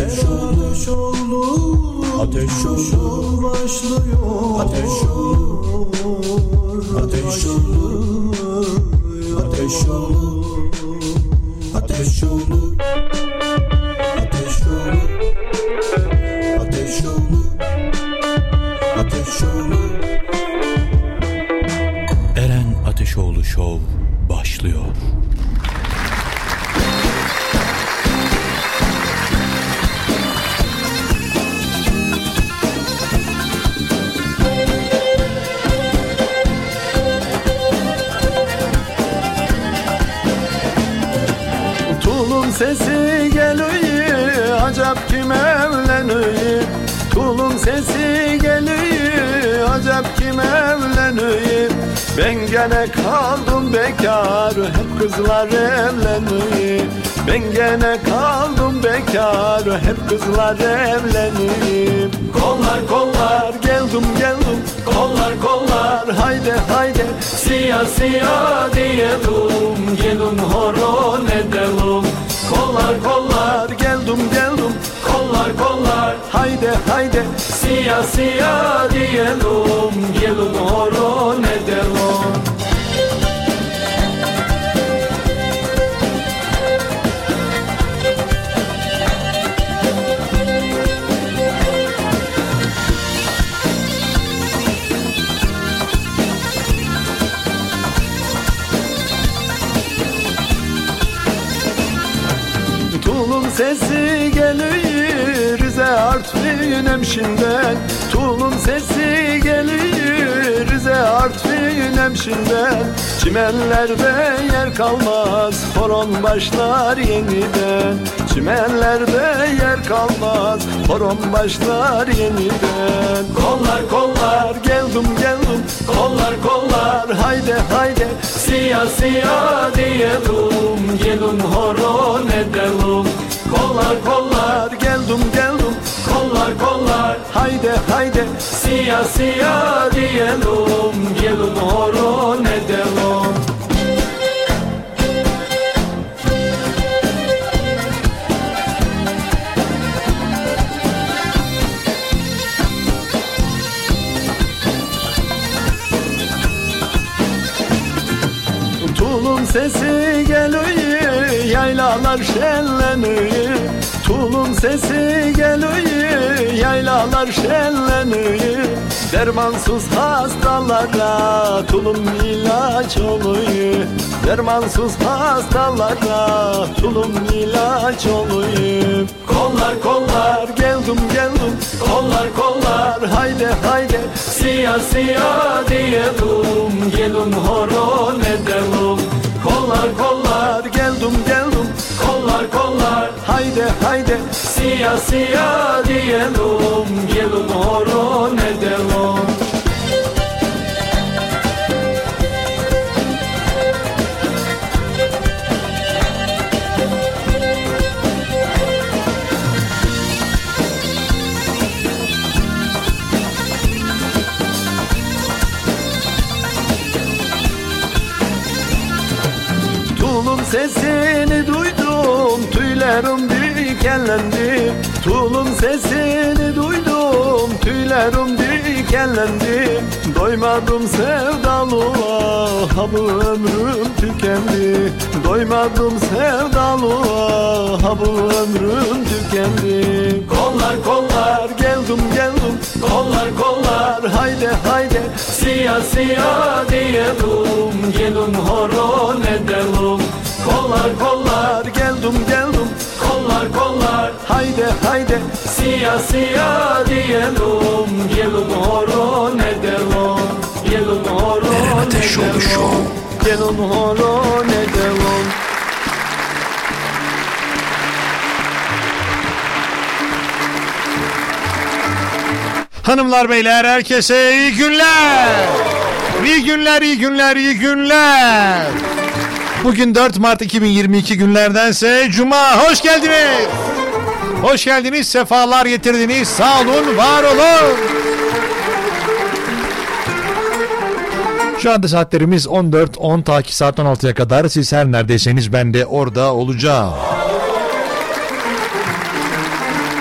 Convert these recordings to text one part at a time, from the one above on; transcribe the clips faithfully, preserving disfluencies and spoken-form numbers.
Ateşoğlu, Ateşoğlu başlıyor. Ateşoğlu, Ateşoğlu, Ateşoğlu, Ateşoğlu, Ateşoğlu, Ateşoğlu, Ateşoğlu. Eren Ateşoğlu Show başlıyor. Tulum sesi geliyor, acaba kim evleniyor? Tulum sesi geliyor, acaba kim evleniyor? Ben gene kaldım bekar, hep kızlar evleniyor. Ben gene kaldım bekar, hep kızlar evleniyor. Kollar kollar geldim geldim, kollar kollar haydi haydi. Siyah siyah diyelim, gelin horon edelim. Kollar kollar geldim geldim, kollar kollar haydi haydi. Siyah siyah diyelim, gelin horon edelim. Tulum sesi geliyor Rize Artvin hemşinden. Tulum sesi geliyor Rize Artvin hemşinden. Çimenlerde yer kalmaz, horon başlar yeniden. Çimenlerde yer kalmaz, horon başlar yeniden. Kollar kollar geldim geldim, kollar kollar haydi haydi. Siyah siyah diyelim, gelin horon edelim. Kollar kollar geldim geldim, kollar kollar haydi haydi. Siyah siyah diyelim, gelin horon edelim. Tulum sesi geliyor, yaylalar şenleniyor. Tulum sesi geliyor, yaylalar şenleniyor. Dermansız hastalara tulum ilaç oluyor. Dermansız hastalara tulum ilaç oluyor. Kollar kollar geldim geldim, kollar kollar haydi haydi. Siyah siyah diyelim, gelin horon edelim. Kollar kollar geldim geldim, kollar kollar haydi haydi. Siyah siyah diyelim, gelin horon edelim. Tulum sesini duydum, tüylerim dikenlendi. Tulum sesini duydum, tüylerim dikenlendi. Doymadım sevdalığa, ha bu ömrüm tükendi. Doymadım sevdalığa, ha bu ömrüm tükendi. Kollar kollar geldim geldim, kollar kollar haydi haydi. Siyah siyah diyelim, gelin horon edelim. Kollar kollar geldim geldim, kollar kollar haydi haydi. Siyah siyah diyelim, gelin horon edelim. Gelin horon edelim, gelin horon edelim. Hanımlar beyler herkese iyi günler. İyi günler, iyi günler, iyi günler. Bugün dört Mart iki bin yirmi iki günlerdense Cuma. Hoş geldiniz. Hoş geldiniz, sefalar getirdiniz. Sağ olun, var olun. Şu anda saatlerimiz on dört on, ta ki saat on altıya kadar. Siz her neredeyseniz ben de orada olacağım.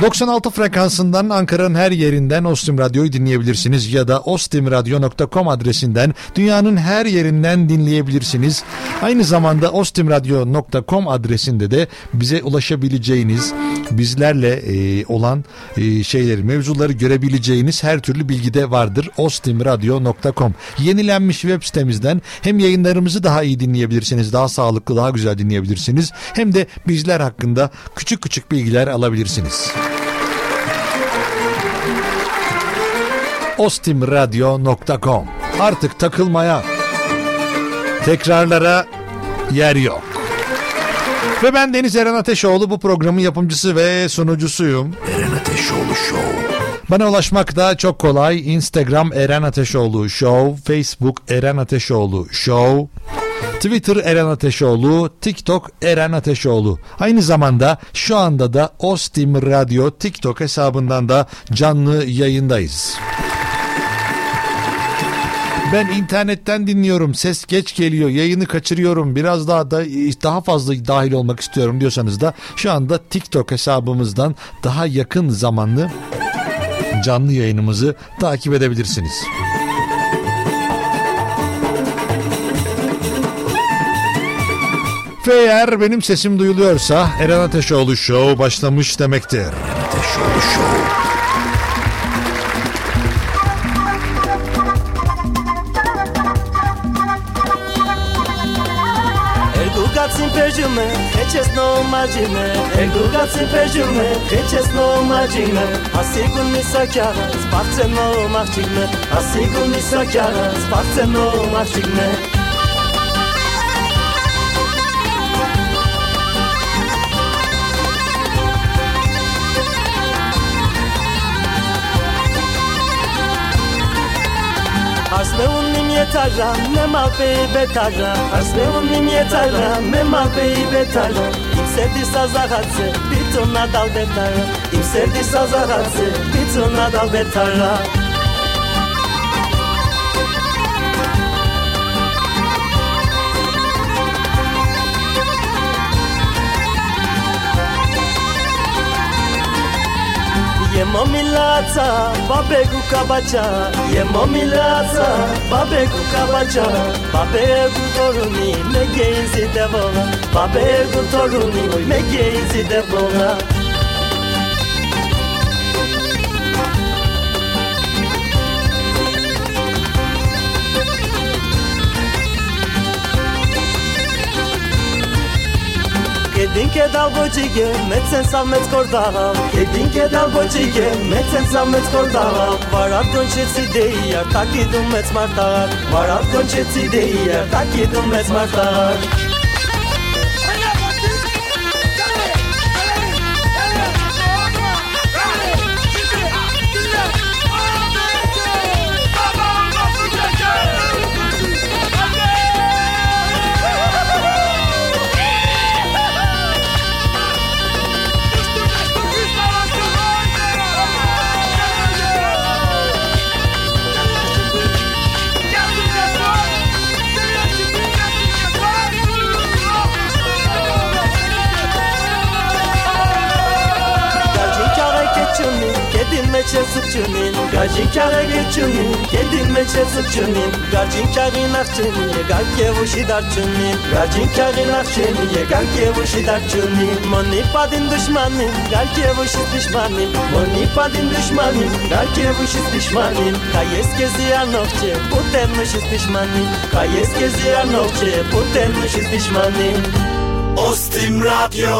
doksan altı frekansından Ankara'nın her yerinden Ostim Radyo'yu dinleyebilirsiniz ya da ostimradyo nokta com adresinden dünyanın her yerinden dinleyebilirsiniz. Aynı zamanda ostimradyo nokta com adresinde de bize ulaşabileceğiniz, bizlerle e, olan e, şeyleri, mevzuları görebileceğiniz her türlü bilgi de vardır. ostimradyo nokta com yenilenmiş web sitemizden hem yayınlarımızı daha iyi dinleyebilirsiniz, daha sağlıklı, daha güzel dinleyebilirsiniz, hem de bizler hakkında küçük küçük bilgiler alabilirsiniz. ostimradyo nokta com. Artık takılmaya, tekrarlara yer yok. Ve ben Deniz Eren Ateşoğlu, bu programın yapımcısı ve sunucusuyum. Eren Ateşoğlu Show. Bana ulaşmak da çok kolay. Instagram Eren Ateşoğlu Show, Facebook Eren Ateşoğlu Show, Twitter Eren Ateşoğlu, TikTok Eren Ateşoğlu. Aynı zamanda şu anda da Ostim Radyo TikTok hesabından da canlı yayındayız. Ben internetten dinliyorum, ses geç geliyor, yayını kaçırıyorum, biraz daha da daha fazla dahil olmak istiyorum diyorsanız da şu anda TikTok hesabımızdan daha yakın zamanlı canlı yayınımızı takip edebilirsiniz. Ve eğer benim sesim duyuluyorsa Eren Ateşoğlu Show başlamış demektir. Eren Ateşoğlu Show. Ergugacim perjume, heches no margine. Ergugacim perjume, heches no margine. Asigun misakara, sparte no margine. Asigun misakara, sparte no margine. Asme unim yetara, me malpei betara. Asme unim yetara, me malpei betara. İmserdi sazahatse, bituna dal betara. İmserdi sazahatse, bituna dal betara. Yemo milata, babegu kabacha. Yemo milata, babegu kabacha. Babegu toruni, me geizi devola. Babegu toruni, me geizi devola. Kedin ke dal bocige, metsen samet kordav. Kedin ke dal bocige, metsen samet kordav. Varat konçetsi deyar, takidum met martar. Varat konçetsi deyar, takidum met martar. Kedin meçe sıkçının, gacin kâre geçinin. Kedin meçe sıkçının, gacin kârin akçının. Gal kevuşi darçının, gacin kârin akçının. Gal kevuşi darçının. Moni padin düşmanın, gal kevuşi düşmanın. Moni padin düşmanın, gal kevuşi düşmanın. Kayes kezi anokçe, putenmişiz düşmanın. Kayes kezi anokçe, putenmişiz düşmanın. Ostim Radyo.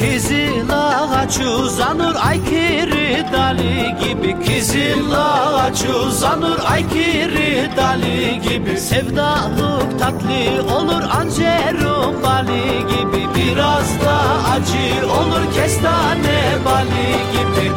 Kızıl ağaç uzanır aykırı dalı gibi. Kızıl ağaç uzanır aykırı dalı gibi. Sevdalık tatlı olur ancerum balı gibi. Biraz da acı olur kestane balı gibi.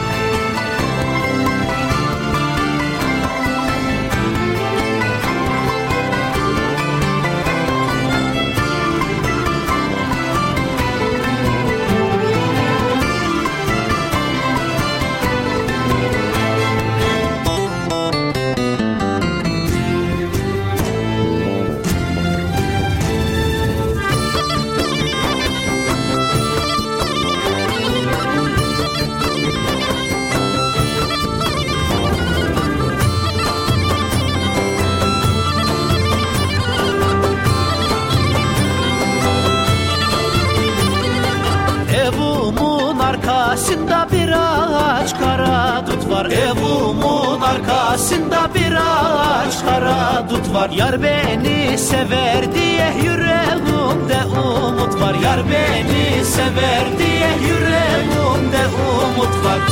Arkasında bir ağaç kara dut var. Evimin arkasında bir ağaç kara dut var. Yar beni sever diye yüreğimde umut var. Yar beni sever diye yüreğimde umut var.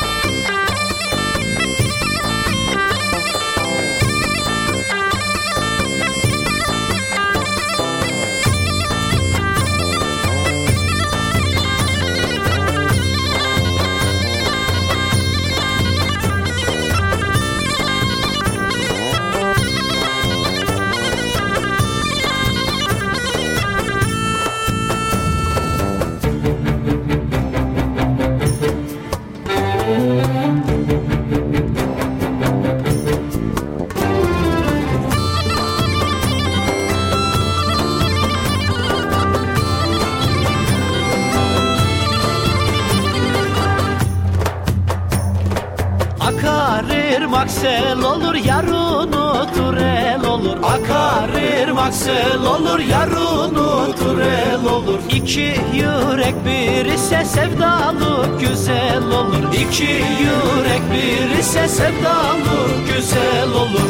Sel olur yarın otur el olur. Akar ırmak sel olur yarın otur el olur. İki yürek bir ise sevdalık güzel olur. İki yürek bir ise sevdalık güzel olur.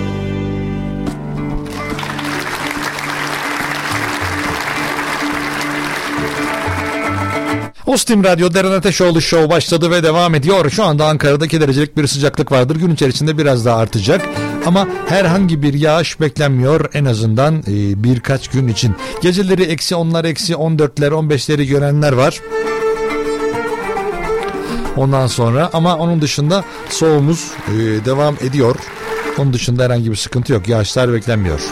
Ostim Radyo Deren Ateşoğlu Show başladı ve devam ediyor. Şu anda Ankara'da iki derecelik bir sıcaklık vardır. Gün içerisinde biraz daha artacak. Ama herhangi bir yağış beklenmiyor en azından e, birkaç gün için. Geceleri eksi onlar, eksi on dörtler, on beşleri görenler var. Ondan sonra ama onun dışında soğuğumuz e, devam ediyor. Onun dışında herhangi bir sıkıntı yok. Yağışlar beklenmiyor.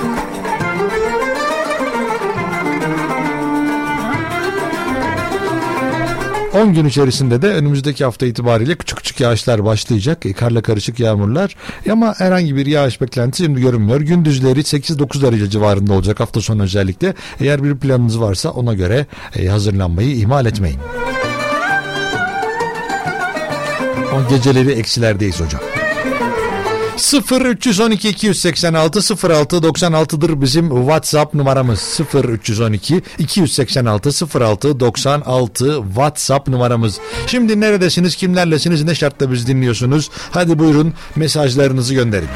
on gün içerisinde de önümüzdeki hafta itibariyle küçük küçük yağışlar başlayacak. E, karla karışık yağmurlar. E, ama herhangi bir yağış beklentisi şimdi görünmüyor. Gündüzleri sekiz dokuz derece civarında olacak hafta sonu özellikle. Eğer bir planınız varsa ona göre e, hazırlanmayı ihmal etmeyin. O geceleri eksilerdeyiz hocam. sıfır üç on iki iki yüz seksen altı sıfır altı doksan altı'dır bizim WhatsApp numaramız. sıfır üç on iki iki yüz seksen altı sıfır altı doksan altı WhatsApp numaramız. Şimdi neredesiniz, kimlerlesiniz, ne şartla bizi dinliyorsunuz? Hadi buyurun mesajlarınızı gönderin.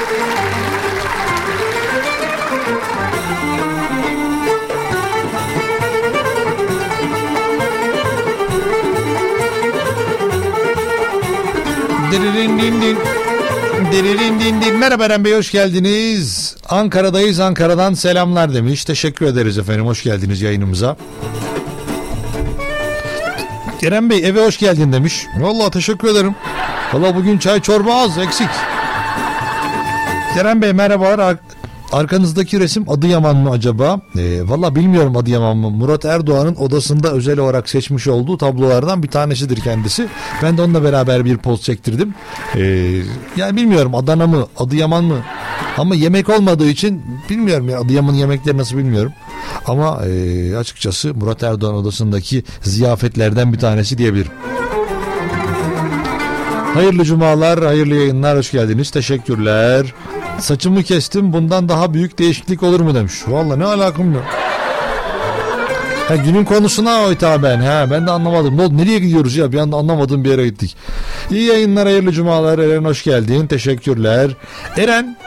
Diririn din din. Diririn din din. Merhaba Eren Bey, hoş geldiniz. Ankara'dayız, Ankara'dan selamlar demiş. Teşekkür ederiz efendim, hoş geldiniz yayınımıza. Eren Bey eve hoş geldin demiş. Vallahi teşekkür ederim. Vallahi bugün çay çorba az eksik. Eren Bey merhabalar. Arkanızdaki resim Adıyaman mı acaba? E, Valla bilmiyorum Adıyaman mı. Murat Erdoğan'ın odasında özel olarak seçmiş olduğu tablolardan bir tanesidir kendisi. Ben de onunla beraber bir poz çektirdim. E, yani bilmiyorum Adana mı Adıyaman mı? Ama yemek olmadığı için bilmiyorum ya, Adıyaman'ın yemekleri nasıl bilmiyorum. Ama e, açıkçası Murat Erdoğan odasındaki ziyafetlerden bir tanesi diyebilirim. Hayırlı cumalar, hayırlı yayınlar, hoş geldiniz. Teşekkürler. Saçımı kestim, bundan daha büyük değişiklik olur mu demiş. Vallahi ne alakam yok. Ha, günün konusuna hitaben. Ha, ben de anlamadım. Ne oldu? Nereye gidiyoruz ya? Bir anda anlamadığım bir yere gittik. İyi yayınlar, hayırlı cumalar. Eren hoş geldin. Teşekkürler. Eren,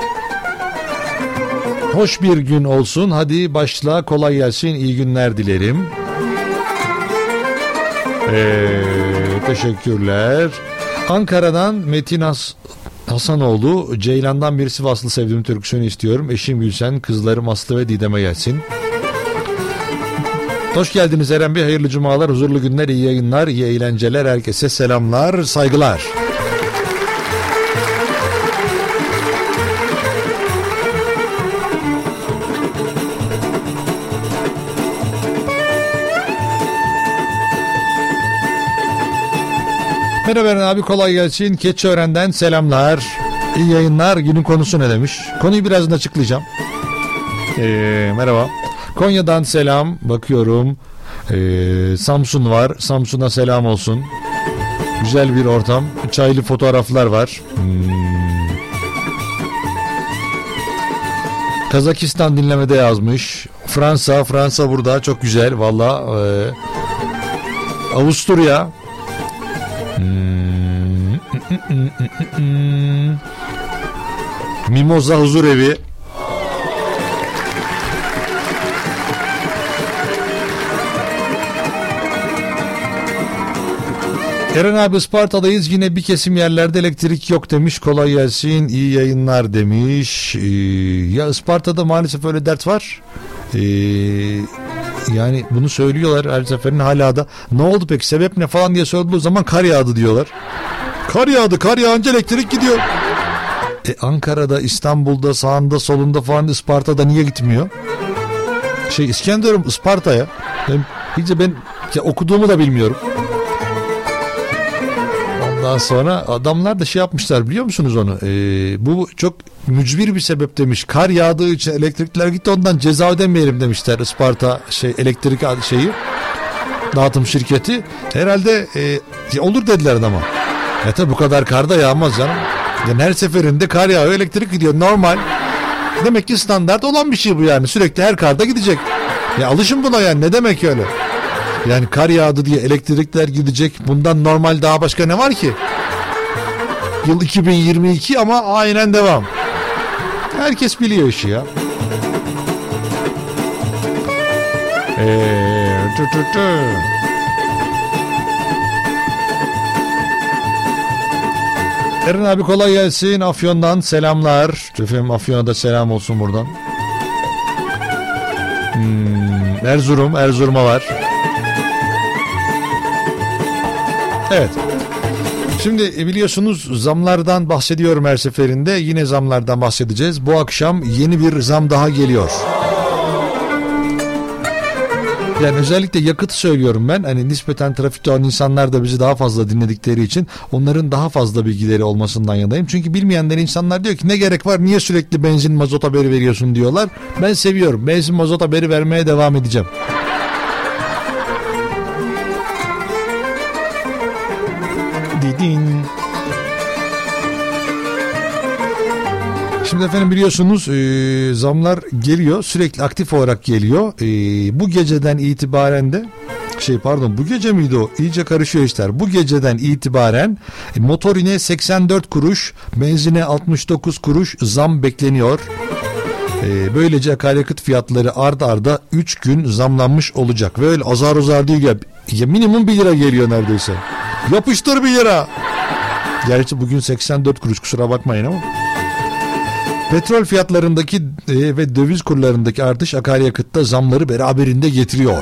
hoş bir gün olsun. Hadi başla, kolay gelsin. İyi günler dilerim. Ee, teşekkürler. Ankara'dan Metin Has Hasanoğlu, Ceylan'dan bir Sivaslı sevdiğim türküsünü istiyorum. Eşim Gülsen, kızlarım Aslı ve Didem'e gelsin. Hoş geldiniz Eren Bey. Hayırlı cumalar, huzurlu günler, iyi yayınlar, iyi eğlenceler. Herkese selamlar, saygılar. Merhaba Eren abi, kolay gelsin. Keçiören'den selamlar. İyi yayınlar. Günün konusu ne demiş? Konuyu birazdan açıklayacağım. Ee, merhaba. Konya'dan selam. Bakıyorum. Ee, Samsun var. Samsun'a selam olsun. Güzel bir ortam. Çaylı fotoğraflar var. Hmm. Kazakistan dinlemede yazmış. Fransa. Fransa burada. Çok güzel. Valla. Ee, Avusturya. Hmm. Mimoza Huzurevi. Eren abi, Isparta'dayız. Yine bir kesim yerlerde elektrik yok demiş. Kolay gelsin, iyi yayınlar demiş. Ee, ya Isparta'da maalesef öyle dert var. Ee, yani bunu söylüyorlar her seferin, hala da. Ne oldu peki, sebep ne falan diye sorduğu zaman kar yağdı diyorlar. Kar yağdı, kar yağınca elektrik gidiyor. E Ankara'da, İstanbul'da, sağında solunda falan, Isparta'da niye gitmiyor? Şey İskenderun, Isparta'ya. Ben, hiç ben ya, okuduğumu da bilmiyorum. Ondan sonra adamlar da şey yapmışlar, biliyor musunuz onu? Ee, bu çok mücbir bir sebep demiş. Kar yağdığı için elektrikler gitti, ondan ceza ödemeyelim demişler Isparta şey elektrik şeyi dağıtım şirketi. Herhalde e, olur dediler ama. Ya tabi bu kadar kar da yağmaz canım. Yani her seferinde kar yağıyor, elektrik gidiyor, normal. Demek ki standart olan bir şey bu yani. Sürekli her karda gidecek. Ya alışın buna yani, ne demek öyle? Yani kar yağdı diye elektrikler gidecek. Bundan normal daha başka ne var ki? Yıl iki bin yirmi iki ama aynen devam. Herkes biliyor işi ya. Eee tü tü tü. Eren abi kolay gelsin. Afyon'dan selamlar. Efendim Afyon'a da selam olsun buradan. Hmm, Erzurum, Erzurum'a var. Evet. Şimdi biliyorsunuz zamlardan bahsediyorum her seferinde. Yine zamlardan bahsedeceğiz. Bu akşam yeni bir zam daha geliyor. Yani özellikle yakıt söylüyorum ben. Hani nispeten trafikte olan insanlar da bizi daha fazla dinledikleri için onların daha fazla bilgileri olmasından yanayım. Çünkü bilmeyenler insanlar diyor ki ne gerek var, niye sürekli benzin mazot haberi veriyorsun diyorlar. Ben seviyorum. Benzin mazot haberi vermeye devam edeceğim. Didin. Şimdi efendim biliyorsunuz e, zamlar geliyor, sürekli aktif olarak geliyor. E, bu geceden itibaren de şey pardon bu gece miydi o? İyice karışıyor işler. Bu geceden itibaren e, motorine seksen dört kuruş, benzine altmış dokuz kuruş zam bekleniyor. E, böylece akaryakıt fiyatları ard arda üç gün zamlanmış olacak. Ve öyle azar azar değil ya, ya minimum bir lira geliyor neredeyse. Yapıştır bir lira. Gerçi bugün seksen dört kuruş, kusura bakmayın ama. Petrol fiyatlarındaki e, ve döviz kurlarındaki artış akaryakıtta zamları beraberinde getiriyor.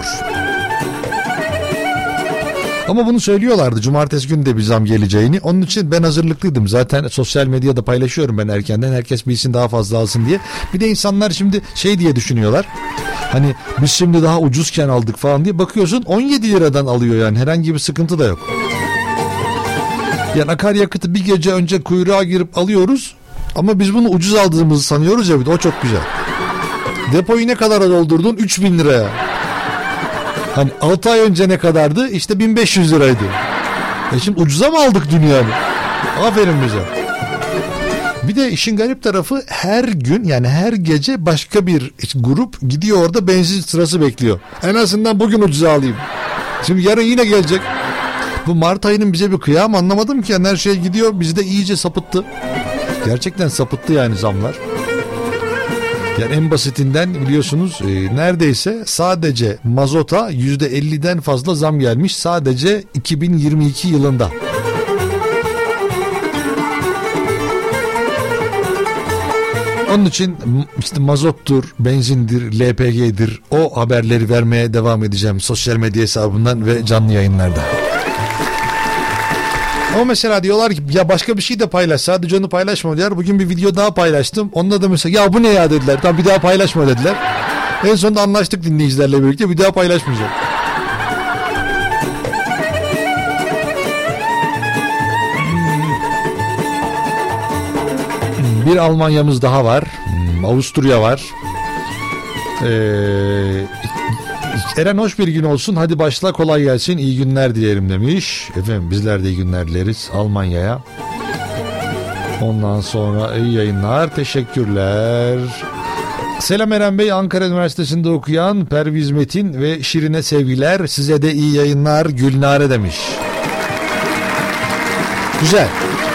Ama bunu söylüyorlardı, cumartesi günü de bir zam geleceğini. Onun için ben hazırlıklıydım. Zaten sosyal medyada paylaşıyorum ben erkenden. Herkes bilsin, daha fazla alsın diye. Bir de insanlar şimdi şey diye düşünüyorlar. Hani biz şimdi daha ucuzken aldık falan diye. Bakıyorsun on yedi liradan alıyor yani. Herhangi bir sıkıntı da yok. Yani akaryakıtı bir gece önce kuyruğa girip alıyoruz. Ama biz bunu ucuz aldığımızı sanıyoruz ya, bir de o çok güzel. Depoyu ne kadara doldurdun? üç bin liraya. Hani altı ay önce ne kadardı? İşte bin beş yüz liraydı. E şimdi ucuza mı aldık dünyanı? Aferin bize. Bir de işin garip tarafı, her gün yani her gece başka bir grup gidiyor orada benzin sırası bekliyor. En azından bugün ucuza alayım. Şimdi yarın yine gelecek. Bu Mart ayının bize bir kıyam, anlamadım ki. Yani her şey gidiyor, bizi de iyice sapıttı. Gerçekten sapıttı yani zamlar. Yani en basitinden biliyorsunuz e, neredeyse sadece mazota yüzde elliden fazla zam gelmiş sadece iki bin yirmi iki yılında. Onun için işte mazottur, benzindir, L P G'dir, o haberleri vermeye devam edeceğim sosyal medya hesabından ve canlı yayınlarda. Ama mesela diyorlar ki ya başka bir şey de paylaş, sadece onu paylaşma diyorlar. Bugün bir video daha paylaştım. Onda da mesela ya bu ne ya dediler. Tamam bir daha paylaşma dediler. En sonunda anlaştık dinleyicilerle birlikte, bir daha paylaşmayacağım. Bir Almanya'mız daha var. Avusturya var. Ee, Eren hoş bir gün olsun. Hadi başla, kolay gelsin. İyi günler dilerim demiş. Efendim bizler de iyi günler dileriz Almanya'ya. Ondan sonra iyi yayınlar. Teşekkürler. Selam Eren Bey, Ankara Üniversitesi'nde okuyan Perviz Metin ve Şirin'e sevgiler. Size de iyi yayınlar Gülnare demiş. Güzel.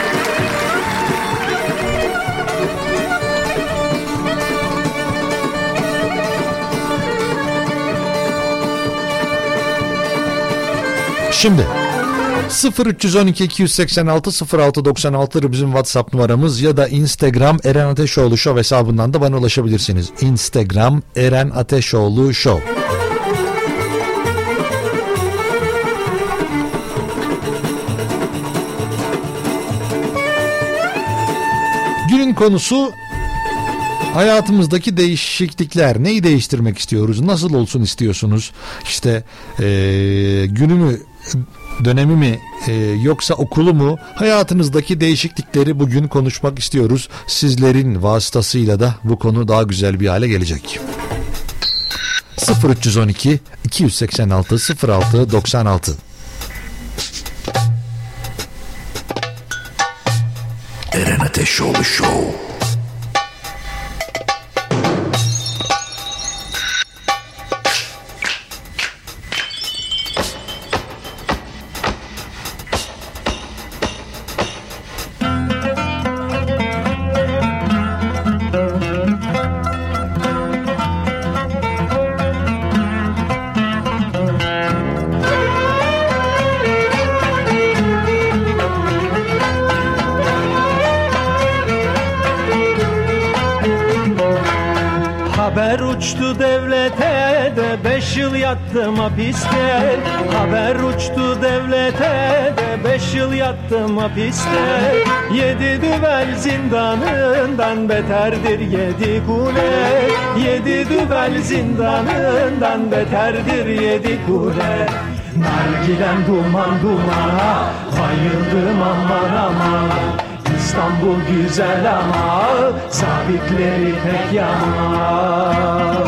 Şimdi sıfır üç on iki iki yüz seksen altı sıfır altı doksan altı bizim WhatsApp numaramız ya da Instagram Eren Ateşoğlu Show hesabından da bana ulaşabilirsiniz. Instagram Eren Ateşoğlu Show. Günün konusu hayatımızdaki değişiklikler. Neyi değiştirmek istiyoruz? Nasıl olsun istiyorsunuz? İşte ee, günümü, dönemi mi e, yoksa okulu mu? Hayatınızdaki değişiklikleri bugün konuşmak istiyoruz. Sizlerin vasıtasıyla da bu konu daha güzel bir hale gelecek. sıfır üç on iki iki yüz seksen altı sıfır altı doksan altı. Eren Ateşoğlu Show. Haber uçtu devlete de beş yıl yattım hapiste. Haber uçtu devlete de beş yıl yattım hapiste. Yedi düvel zindanından beterdir yedi kule. Yedi düvel zindanından beterdir yedi kule. Nargilem duman dumana, bayıldım aman aman. İstanbul güzel ama sabitleri pek yaman.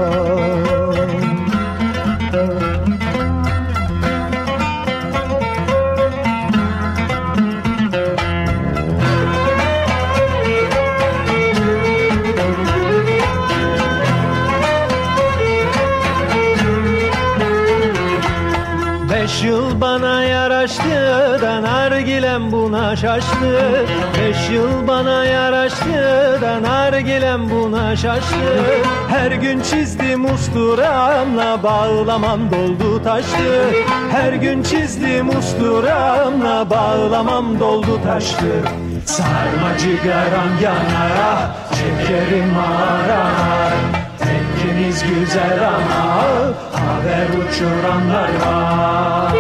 Beş yıl bana yaraştı da nargilem buna şaştı. Beş yıl bana yaraştı da nargilem buna şaştı. Her gün çizdim usturamla bağlamam doldu taştı. Her gün çizdim usturamla bağlamam doldu taştı. Sarmacı garam yanar, çekerim arar. Tenkiniz güzel ama haber uçuranlar var.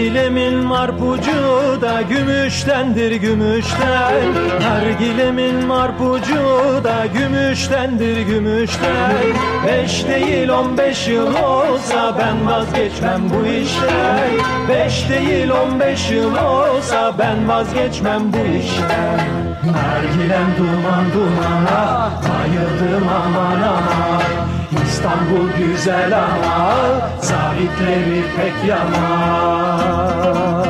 Nargilemin marpucu da gümüştendir gümüşten. Nargilemin marpucu da gümüştendir gümüşten. Beş değil on beş yıl olsa ben vazgeçmem bu işten. Beş değil on beş yıl olsa ben vazgeçmem bu işten. Nargilem duman dumana, bayıldım aman aman. İstanbul güzel ama sahipleri pek yaman.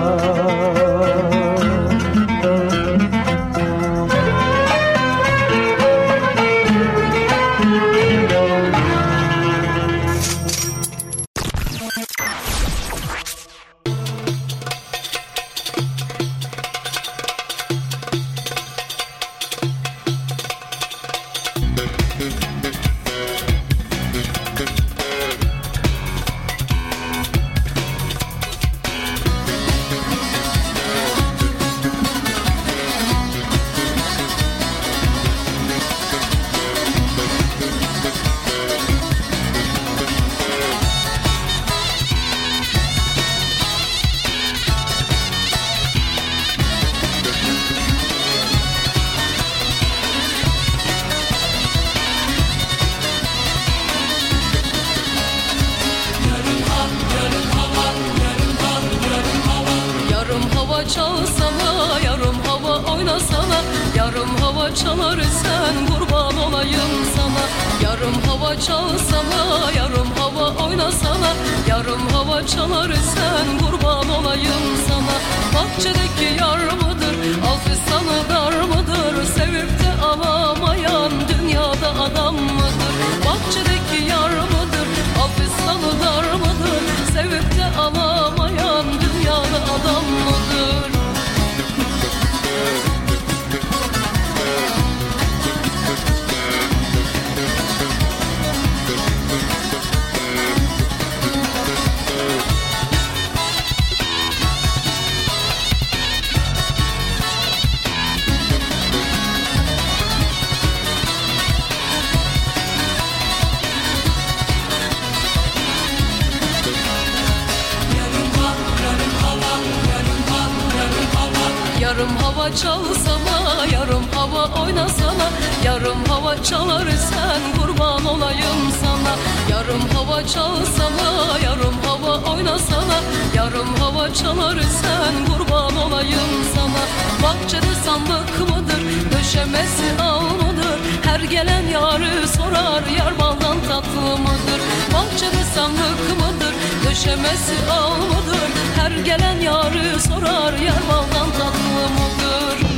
Yarım hava çalsana, yarım hava oynasana. Yarım hava çalar sen kurban olayım sana. Yarım hava çalsana, yarım hava oynasana. Yarım hava çalar sen kurban olayım sana. Bahçede sandık mıdır, döşemesi al mıdır? Her gelen yarı sorar, yar baldan tatlı mıdır? Bahçede sandık mıdır, döşemesi al mıdır? Her gelen yarı sorar, yar baldan tatlı mıdır?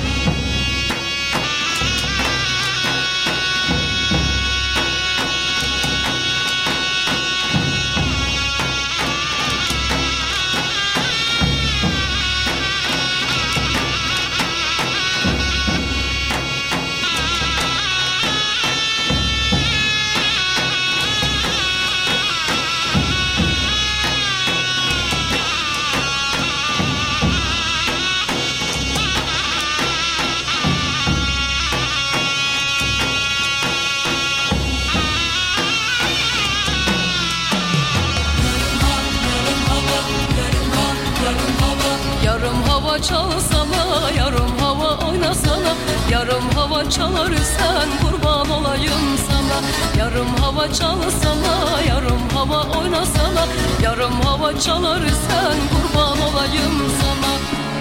Çalsana, yarım hava oynasana. Yarım hava çalar sen kurban olayım sana. Yarım hava çalsana, yarım hava oynasana. Yarım hava çalar sen kurban olayım sana.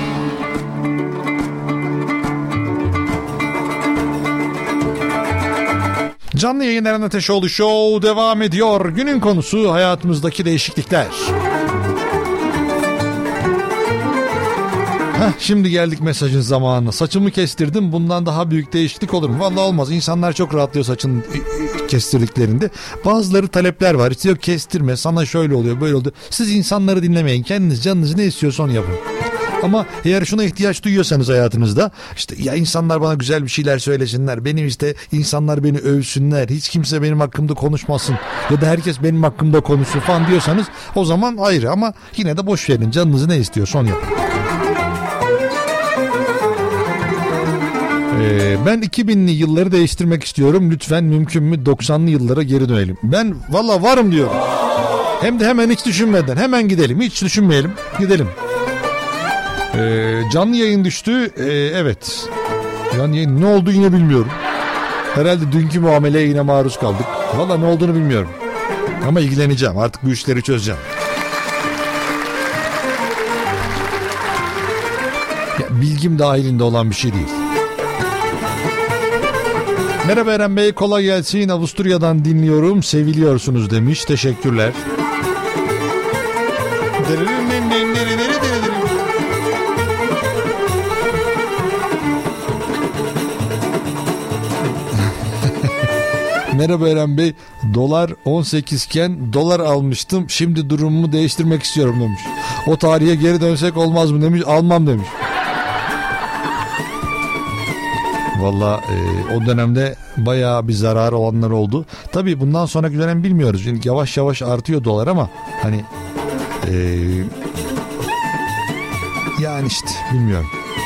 Canlı yayınların Ateşoğlu Show devam ediyor. Günün konusu hayatımızdaki değişiklikler. Heh, şimdi geldik mesajın zamanına. Saçımı kestirdim, bundan daha büyük değişiklik olur mu? Vallahi olmaz. İnsanlar çok rahatlıyor saçını kestirdiklerinde. Bazıları talepler var. İşte yok kestirme, sana şöyle oluyor, böyle oluyor. Siz insanları dinlemeyin. Kendiniz canınız ne istiyorsa onu yapın. Ama eğer şuna ihtiyaç duyuyorsanız hayatınızda, işte ya insanlar bana güzel bir şeyler söylesinler, benim işte insanlar beni övsünler, hiç kimse benim hakkımda konuşmasın ya da herkes benim hakkımda konuşsun falan diyorsanız, o zaman ayrı, ama yine de boş verin, canınız ne istiyorsa onu yapın. Ee, ben iki binli yılları değiştirmek istiyorum. Lütfen mümkün mü doksanlı yıllara geri dönelim. Ben valla varım diyorum. Hem de hemen hiç düşünmeden. Hemen gidelim. Hiç düşünmeyelim. Gidelim. Ee, canlı yayın düştü. Ee, evet. Canlı yayın ne oldu yine bilmiyorum. Herhalde dünkü muameleye yine maruz kaldık. Valla ne olduğunu bilmiyorum. Ama ilgileneceğim. Artık bu işleri çözeceğim. Ya, bilgim dahilinde olan bir şey değil. Merhaba Eren Bey, kolay gelsin. Avusturya'dan dinliyorum. Seviliyorsunuz demiş. Teşekkürler. Merhaba Eren Bey, dolar on sekiz iken dolar almıştım, şimdi durumumu değiştirmek istiyorum demiş. O tarihe geri dönsek olmaz mı demiş, almam demiş. Valla e, o dönemde bayağı bir zarar olanlar oldu. Tabii bundan sonraki dönem bilmiyoruz. Yani yavaş yavaş artıyor dolar ama hani e, yani işte bilmiyorum.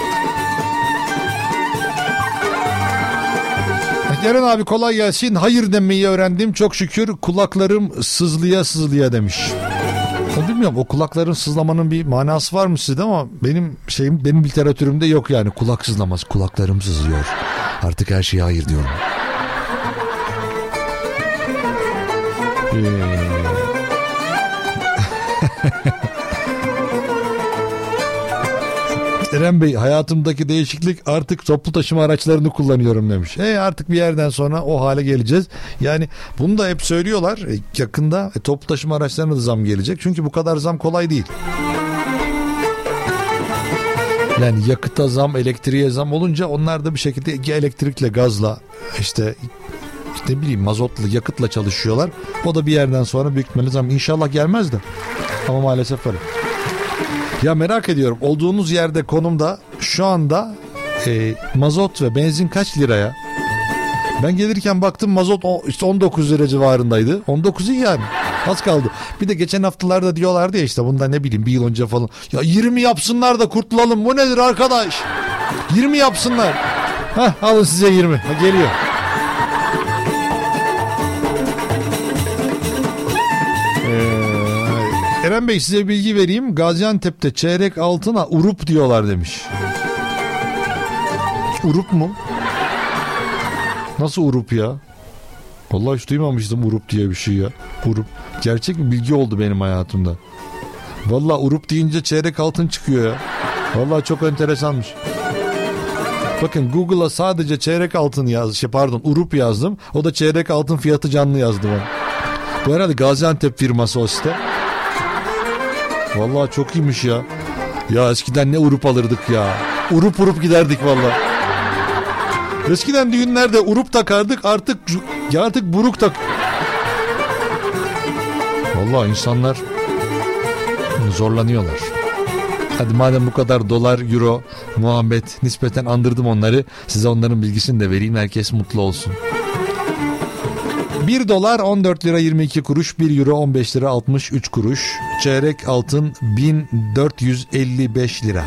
Eren abi kolay gelsin. Hayır demeyi öğrendim. Çok şükür kulaklarım sızlıya sızlıya demiş. O bilmiyorum, o kulakların sızlamanın bir manası var mı sizde ama benim şeyim, benim literatürümde yok yani kulak sızlaması. Kulaklarım sızlıyor. Artık her şeye hayır diyorum. Ee... Eren Bey, hayatımdaki değişiklik, artık toplu taşıma araçlarını kullanıyorum demiş. E artık bir yerden sonra o hale geleceğiz. Yani bunu da hep söylüyorlar. E, yakında e, toplu taşıma araçlarına da zam gelecek. Çünkü bu kadar zam kolay değil. Yani yakıta zam, elektriğe zam olunca onlar da bir şekilde elektrikle, gazla, işte ne bileyim mazotla, yakıtla çalışıyorlar. O da bir yerden sonra büyük ihtimalle zam inşallah gelmez de. Ama maalesef öyle. Ya merak ediyorum, olduğunuz yerde, konumda şu anda e, mazot ve benzin kaç liraya? Ben gelirken baktım mazot işte on dokuz lira civarındaydı. on dokuz iyi yani. Az kaldı. Bir de geçen haftalarda diyorlardı ya işte, bunda ne bileyim bir yıl önce falan. Ya yirmi yapsınlar da kurtulalım. Bu nedir arkadaş? yirmi yapsınlar. Hah, alın size yirmi. Ha, geliyor. Eren Bey, size bilgi vereyim. Gaziantep'te çeyrek altına urup diyorlar demiş. Urup mu? Nasıl urup ya? Vallahi hiç duymamıştım urup diye bir şey ya. Urup. Gerçek bir bilgi oldu benim hayatımda. Vallahi urup deyince çeyrek altın çıkıyor ya. Vallahi çok enteresanmış. Bakın Google'a sadece çeyrek altın yaz, şey pardon urup yazdım. O da çeyrek altın fiyatı canlı yazdı bana. Bu herhalde Gaziantep firması o site. Vallahi çok iyiymiş ya. Ya eskiden ne urup alırdık ya. Urup urup giderdik vallahi. Eskiden düğünlerde urup takardık, artık ya artık buruk tak. Vallahi insanlar zorlanıyorlar. Hadi madem bu kadar dolar, euro, muhabbet, nispeten andırdım onları. Size onların bilgisini de vereyim, herkes mutlu olsun. bir dolar on dört lira yirmi iki kuruş, bir euro on beş lira altmış üç kuruş, çeyrek altın bin dört yüz elli beş lira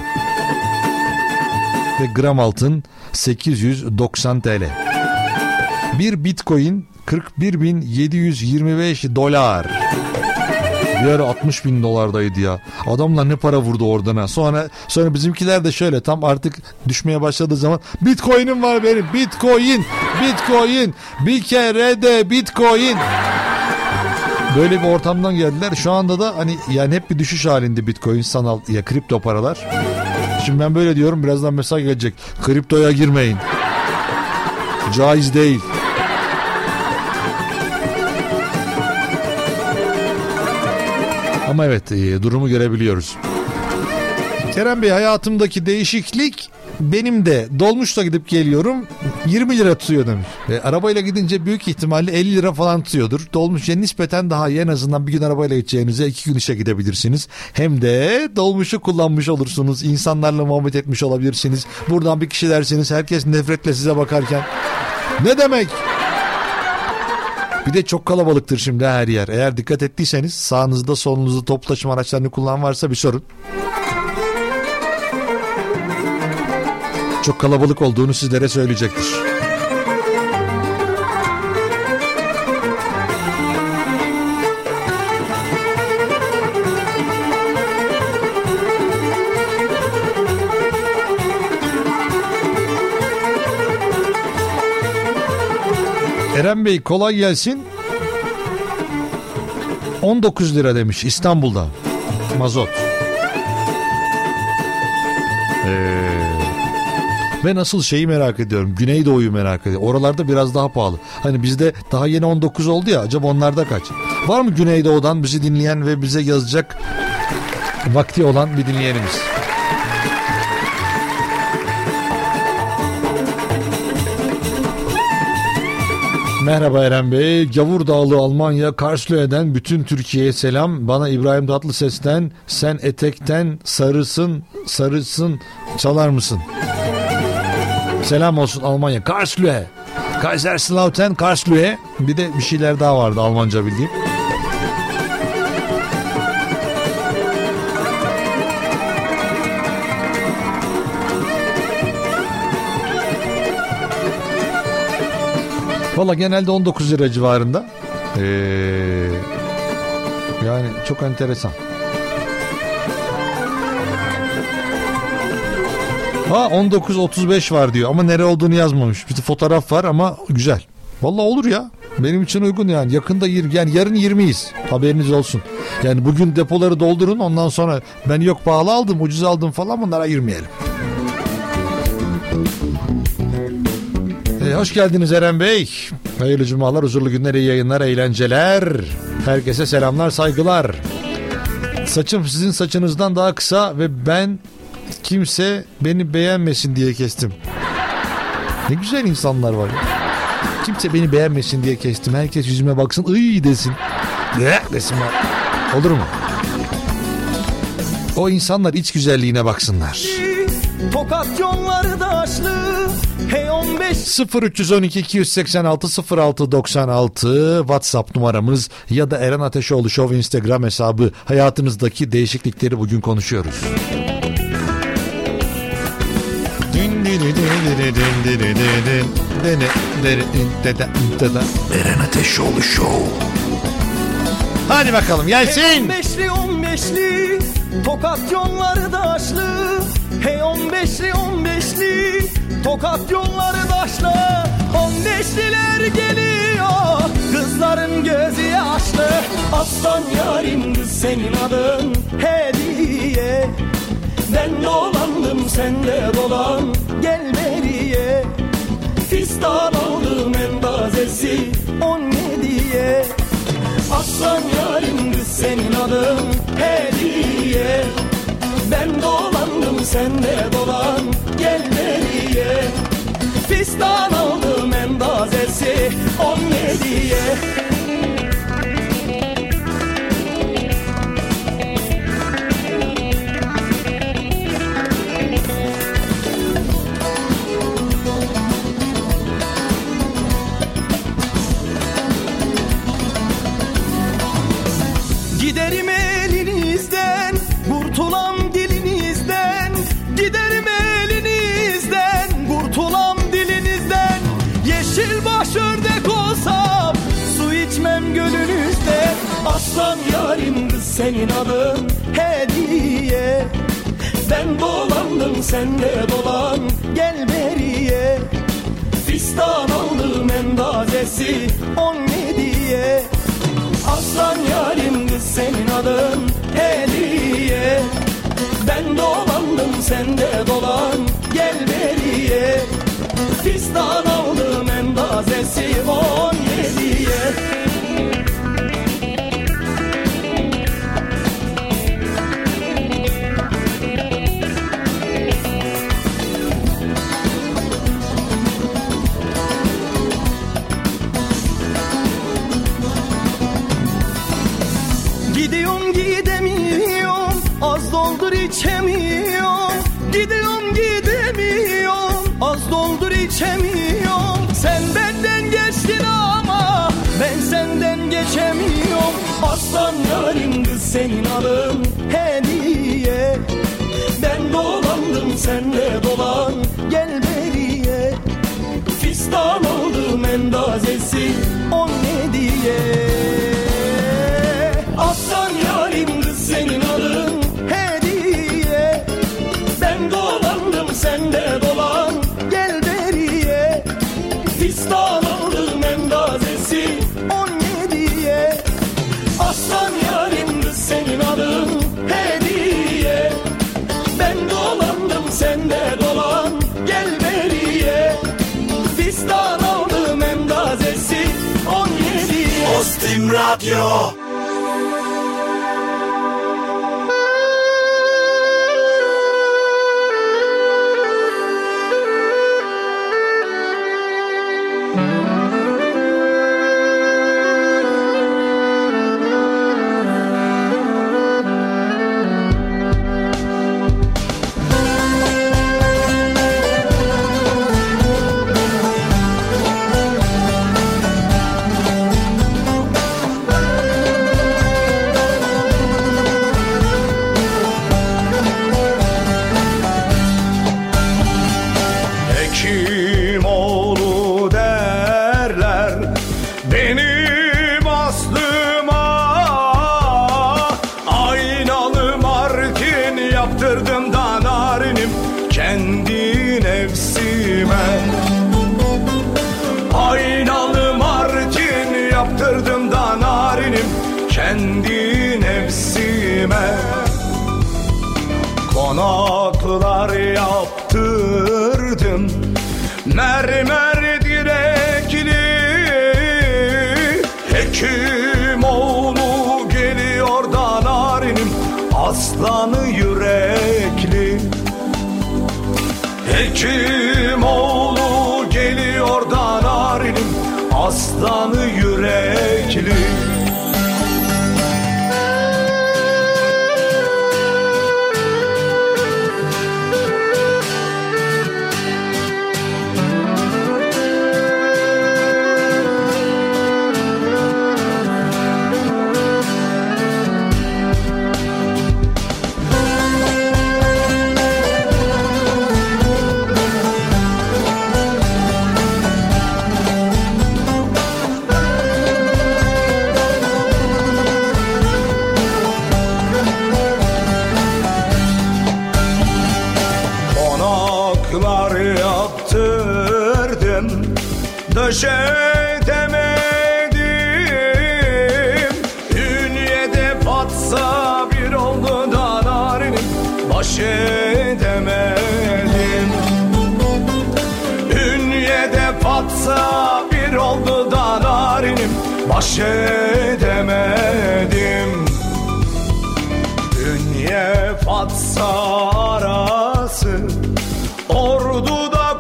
ve gram altın sekiz yüz doksan T L. Bir bitcoin kırk bir bin yedi yüz yirmi beş dolar. Bir ara altmış bin dolardaydı ya. Adamlar ne para vurdu oradan ha. Sonra sonra bizimkiler de şöyle tam artık düşmeye başladığı zaman bitcoin'im var benim. Bitcoin, bitcoin, bir kere de bitcoin. Böyle bir ortamdan geldiler. Şu anda da hani yani hep bir düşüş halinde bitcoin, sanal ya kripto paralar. Şimdi ben böyle diyorum, birazdan mesaj gelecek. Kriptoya girmeyin. Caiz değil. Ama evet, e, durumu görebiliyoruz. Kerem Bey, hayatımdaki değişiklik, benim de dolmuşla gidip geliyorum yirmi lira tutuyor demiş. E, arabayla gidince büyük ihtimalle elli lira falan tutuyordur. Dolmuşa nispeten daha iyi, en azından bir gün arabayla gideceğinize iki gün işe gidebilirsiniz. Hem de dolmuşu kullanmış olursunuz. İnsanlarla muhabbet etmiş olabilirsiniz. Buradan bir kişi dersiniz, herkes nefretle size bakarken. Ne demek? Bir de çok kalabalıktır şimdi her yer. Eğer dikkat ettiyseniz sağınızda solunuzda toplu taşıma araçlarını kullanan varsa bir sorun. Çok kalabalık olduğunu sizlere söyleyecektir. Eren Bey kolay gelsin. on dokuz lira demiş İstanbul'da mazot. Ee, ve nasıl şeyi merak ediyorum. Güneydoğu'yu merak ediyorum. Oralarda biraz daha pahalı. Hani bizde daha yeni on dokuz oldu ya. Acaba onlarda kaç? Var mı Güneydoğu'dan bizi dinleyen ve bize yazacak vakti olan bir dinleyenimiz? Merhaba Eren Bey. Gavur Dağlı Almanya Karlsruhe'den bütün Türkiye'ye selam. Bana İbrahim Tatlıses'ten sen etekten sarısın sarısın çalar mısın? Selam olsun Almanya. Karlsruhe. Kaiserslautern Karlsruhe. Bir de bir şeyler daha vardı Almanca bildiğim. Valla genelde on dokuz lira civarında. Ee, yani çok enteresan. Ha on dokuz otuz beş var diyor ama nere olduğunu yazmamış. Bir fotoğraf var ama güzel. Valla olur ya. Benim için uygun yani. Yakında yirmi, yani yarın yirmiyiz. Haberiniz olsun. Yani bugün depoları doldurun, ondan sonra ben yok pahalı aldım, ucuz aldım falan, bunlara girmeyelim. Ee, hoş geldiniz Eren Bey. Hayırlı cumalar, huzurlu günler, iyi yayınlar, eğlenceler. Herkese selamlar, saygılar. Saçım sizin saçınızdan daha kısa ve ben kimse beni beğenmesin diye kestim. Ne güzel insanlar var ya. Kimse beni beğenmesin diye kestim. Herkes yüzüme baksın, ıy desin. Ne desin var. Olur mu? O insanlar iç güzelliğine baksınlar. Tokat yolları daşlı. Hey on beş sıfır üç on iki iki seksen altı sıfır altı doksan altı WhatsApp numaramız ya da Eren Ateşoğlu Show Instagram hesabı. Hayatınızdaki değişiklikleri bugün konuşuyoruz. Eren Ateşoğlu Show. Hadi bakalım gelsin. Hey on beşli on beşli Tokat yolları daşlı. Hey on beşli on beşli Tokat yolları daşlı. On beşliler geliyor, kızların gözü yaşlı. Aslan yarim kız senin adın hediye. Ben dolandım sen de dolan gel beriye. Fistan aldım en tazesi on yediye. Aslan yarim kız senin adın hediye. Ben dolandım sen de dolan gel beriye. Fistan aldım en tazesi on yediye. Giderim elinizden, kurtulam dilinizden. Giderim elinizden, kurtulam dilinizden. Yeşil baş ördek olsam, su içmem gölünüzden. Aslan yarim kız senin adın hediye. Ben dolandım sen de dolan gel beriye. Fistan aldım en tazesi on yediye. Aslan yarim kız senin adın hediye. Ben dolandım sen de dolan gel beriye. Fistan aldım en tazesi on yediye. Gidiyorum gidemiyorum, az doldur içemiyorum. Gidiyorum gidemiyorum, az doldur içemiyorum. Sen benden geçtin ama ben senden geçemiyorum. Aslan yarim kız senin adın hediye. Ben dolandım sen de dolan gel beriye. Fistan aldım en tazesi on yediye. Aslan yarim kız senin adın hediye. Ben dolandım sen de dolan gel beriye. Fistan aldım en tazesi Radyo. Konaklar yaptırdım mermer direkli, Hekimoğlu geliyor da narinim aslanı yürekli. Hekimoğlu geliyor da narinim aslanı yürekli. Döşetemedim, Ünye'de patsa bir oldu da narinim baş edemedim. Ünye'de patsa bir oldu da narinim baş edemedim. Ünye patsa arası Ordu'da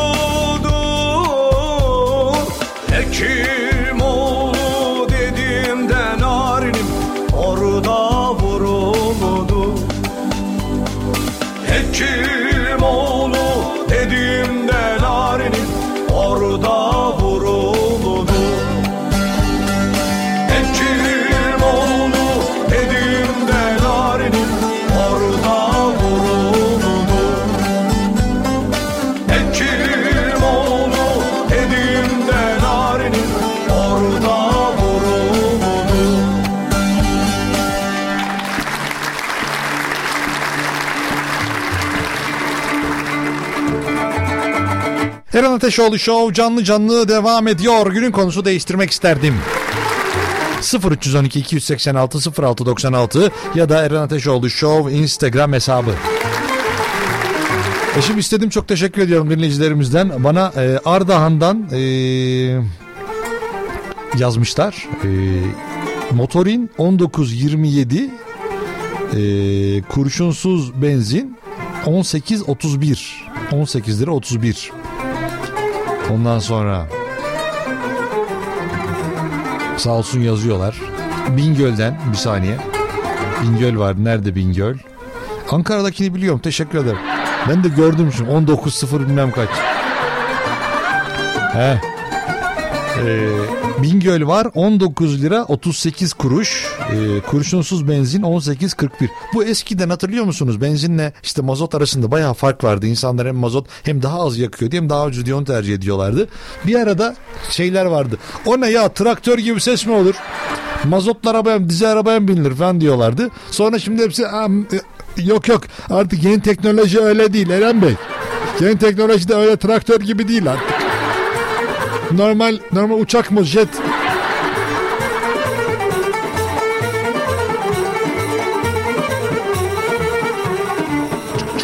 Hekimoğlu dediğimde narinim orada vuruldu. Hekimoğlu dediğimde narinim orada vuruldu. Hekimoğlu dediğimde narinim orada vuruldu. Hekimoğlu dediğimde orada vuruldu. Eren Ateşoğlu Show canlı canlı devam ediyor. Günün konusu değiştirmek isterdim. sıfır üç yüz on iki iki yüz seksen altı sıfır altı doksan altı ya da Eren Ateşoğlu Show Instagram hesabı. Eşim istedim, çok teşekkür ediyorum dinleyicilerimizden. Bana e, Ardahan'dan e, yazmışlar. E, Motorin on dokuz yirmi yedi e, kurşunsuz benzin on sekiz otuz bir on sekiz lira otuz bir. Ondan sonra sağ olsun yazıyorlar. Bingöl'den bir saniye. Bingöl var. Nerede Bingöl? Ankara'dakini biliyorum. Teşekkür ederim. Ben de gördüm şimdi. on dokuz sıfır bilmem kaç. He. Ee, Bingöl var. on dokuz lira otuz sekiz kuruş. Ee, kurşunsuz benzin on sekiz kırk bir. Bu eskiden hatırlıyor musunuz? Benzinle işte mazot arasında bayağı fark vardı. İnsanlar hem mazot hem daha az yakıyordu hem daha ucuz diye onu tercih ediyorlardı. Bir arada şeyler vardı. O ne ya, traktör gibi ses mi olur? Mazotlu arabaya, dizel arabaya mı binilir falan diyorlardı. Sonra şimdi hepsi yok yok artık yeni teknoloji öyle değil Eren Bey. Yeni teknoloji de öyle traktör gibi değil artık. Normal normal uçak mı, jet?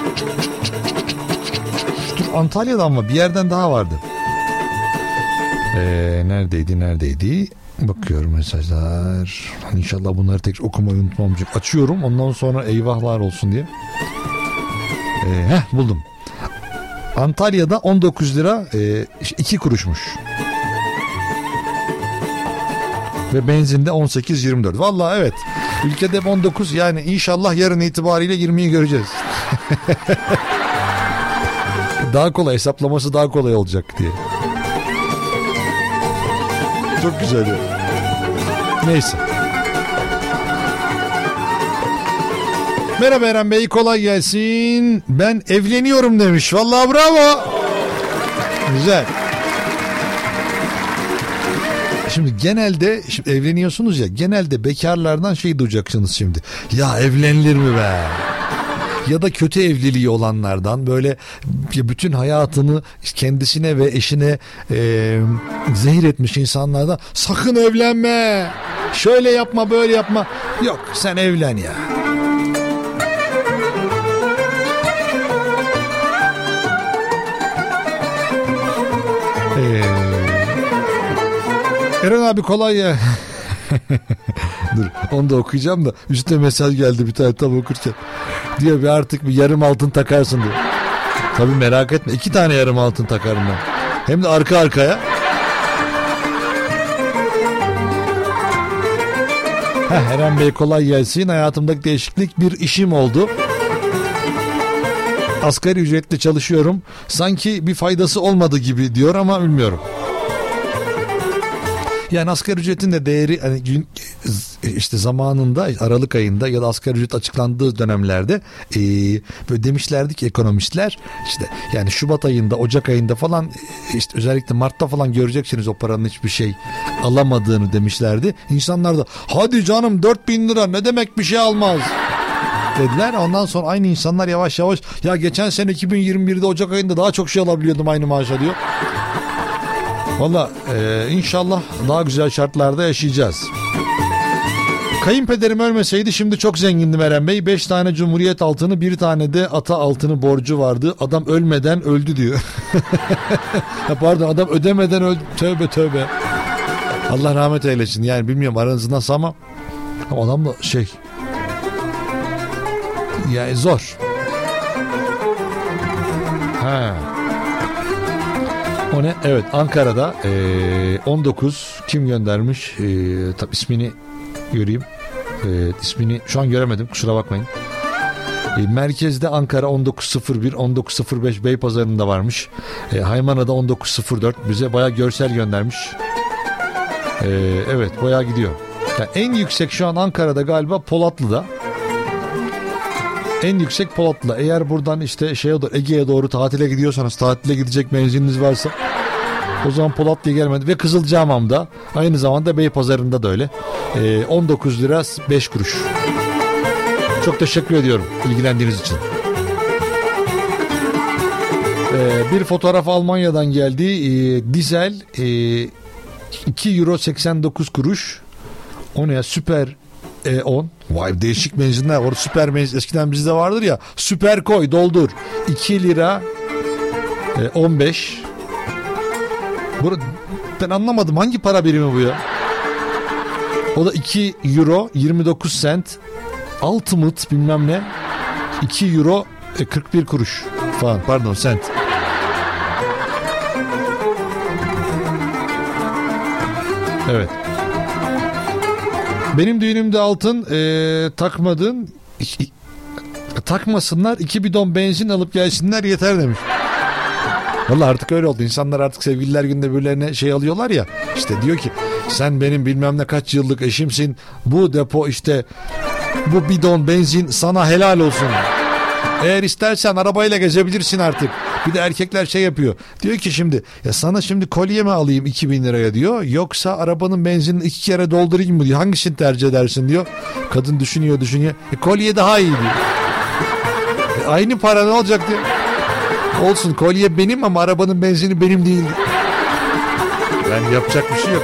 Dur, Antalya'dan mı? Bir yerden daha vardı. Ee, neredeydi neredeydi? Bakıyorum mesajlar. İnşallah bunları tek okumayı unutmamayacak. Açıyorum ondan sonra eyvahlar olsun diye. Ee, heh buldum. Antalya'da on dokuz lira e, iki kuruşmuş. Ve benzinde on sekiz yirmi dört. Vallahi evet. Ülkede on dokuz, yani inşallah yarın itibariyle yirmiyi göreceğiz. Daha kolay, hesaplaması daha kolay olacak diye. Çok güzel. Neyse. Merhaba Eren Bey, kolay gelsin. Ben evleniyorum demiş. Vallahi bravo. Güzel. Şimdi genelde şimdi evleniyorsunuz ya, genelde bekarlardan şey duyacaksınız şimdi. Ya evlenilir mi be? Ya da kötü evliliği olanlardan, böyle bütün hayatını kendisine ve eşine e, zehir etmiş insanlardan, sakın evlenme, şöyle yapma böyle yapma. Yok, sen evlen ya. Eee Eren abi kolay ya. Dur onu da okuyacağım da üstüne mesaj geldi bir tane tam okurken. Diyor bir artık bir yarım altın takarsın diyor. Tabii merak etme, iki tane yarım altın takarım ben. Hem de arka arkaya. Heh, Eren Bey kolay gelsin. Hayatımdaki değişiklik, bir işim oldu. Asgari ücretle çalışıyorum. Sanki bir faydası olmadı gibi diyor ama bilmiyorum. Yani asgari ücretin de değeri hani gün, işte zamanında Aralık ayında ya da asgari ücret açıklandığı dönemlerde e, böyle demişlerdi ki ekonomistler, işte yani Şubat ayında, Ocak ayında falan, işte özellikle Mart'ta falan göreceksiniz o paranın hiçbir şey alamadığını demişlerdi. İnsanlar da hadi canım dört bin lira ne demek bir şey almaz dediler. Ondan sonra aynı insanlar yavaş yavaş ya geçen sene iki bin yirmi birde Ocak ayında daha çok şey alabiliyordum aynı maaşa diyor. Valla e, inşallah daha güzel şartlarda yaşayacağız. Kayınpederim ölmeseydi şimdi çok zengindim Eren Bey. Beş tane Cumhuriyet altını, bir tane de ata altını borcu vardı. Adam ölmeden öldü diyor. Pardon, adam ödemeden öldü. Tövbe tövbe. Allah rahmet eylesin. Yani bilmiyorum aranızda nasıl ama adam da şey, yani zor. Ha. O ne? Evet, Ankara'da e, on dokuz kim göndermiş? E, tabi ismini göreyim. E, ismini şu an göremedim, kusura bakmayın. E, merkezde Ankara on dokuz sıfır bir on dokuz sıfır beş Beypazarı'nda varmış. E, Haymana'da on dokuz sıfır dört bize bayağı görsel göndermiş. E, evet bayağı gidiyor. Yani en yüksek şu an Ankara'da galiba Polatlı'da. En yüksek Polatlı. Eğer buradan işte şey olur, Ege'ye doğru tatile gidiyorsanız, tatile gidecek benzininiz varsa o zaman Polatlı'ya gelmedi. Ve Kızılcahamam'da, aynı zamanda Beypazarı'nda da öyle. Ee, on dokuz lira beş kuruş. Çok teşekkür ediyorum ilgilendiğiniz için. Ee, bir fotoğraf Almanya'dan geldi. Ee, dizel e, iki euro seksen dokuz kuruş. O ne ya, süper E on. Vay, değişik benzinler var. Süper benzin eskiden bizde vardır ya. Süper koy doldur. iki lira on beş. Burada ben anlamadım, hangi para birimi bu ya? O da iki euro yirmi dokuz sent. Ultimate bilmem ne. iki euro kırk bir kuruş falan, pardon sent. Evet. Benim düğünümde altın e, takmadın, takmasınlar, iki bidon benzin alıp gelsinler yeter demiş. Vallahi artık öyle oldu. İnsanlar artık sevgililer günde birbirlerine şey alıyorlar ya. İşte diyor ki sen benim bilmem ne kaç yıllık eşimsin. Bu depo işte, bu bidon benzin sana helal olsun. Eğer istersen arabayla gezebilirsin artık. Bir de erkekler şey yapıyor. Diyor ki şimdi ya sana şimdi kolye mi alayım iki bin liraya diyor. Yoksa arabanın benzinini iki kere doldurayım mı diyor. Hangisini tercih edersin diyor. Kadın düşünüyor düşünüyor. E, kolye daha iyi diyor. E, aynı para ne olacak diyor. Olsun, kolye benim ama arabanın benzini benim değil. Yani yapacak bir şey yok.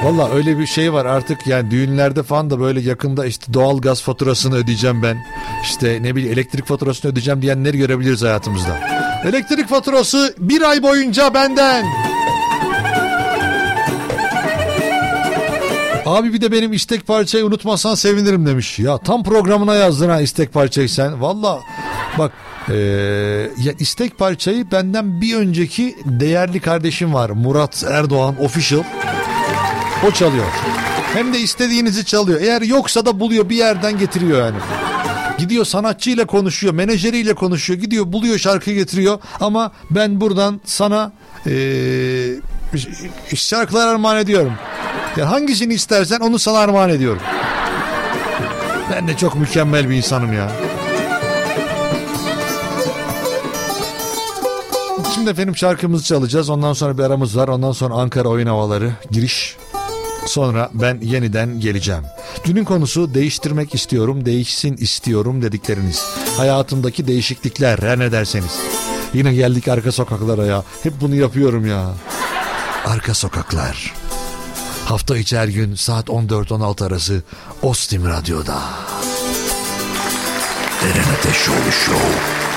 Valla öyle bir şey var artık, yani düğünlerde falan da böyle yakında işte doğal gaz faturasını ödeyeceğim ben, işte ne bileyim elektrik faturasını ödeyeceğim diyenleri görebiliriz hayatımızda. Elektrik faturası bir ay boyunca benden. Abi bir de benim istek parçayı unutmazsan sevinirim demiş. Ya tam programına yazdın ha istek parçayı sen. Valla bak ee, ya istek parçayı benden bir önceki değerli kardeşim var, Murat Erdoğan Official. O çalıyor. Hem de istediğinizi çalıyor. Eğer yoksa da buluyor, bir yerden getiriyor yani. Gidiyor sanatçıyla konuşuyor, menajeriyle konuşuyor, gidiyor buluyor, şarkı getiriyor. Ama ben buradan sana ee, şarkılar armağan ediyorum. Yani hangisini istersen onu sana armağan ediyorum. Ben de çok mükemmel bir insanım ya. Şimdi efendim şarkımızı çalacağız. Ondan sonra bir aramız var. Ondan sonra Ankara oyun havaları giriş. Sonra ben yeniden geleceğim. Dünün konusu değiştirmek istiyorum, değişsin istiyorum dedikleriniz. Hayatımdaki değişiklikler, her ne derseniz. Yine geldik arka sokaklara ya. Hep bunu yapıyorum ya. Arka sokaklar. Hafta içi her gün saat on dört on altı arası Ostim Radyo'da. Eren Ateşoğlu Show.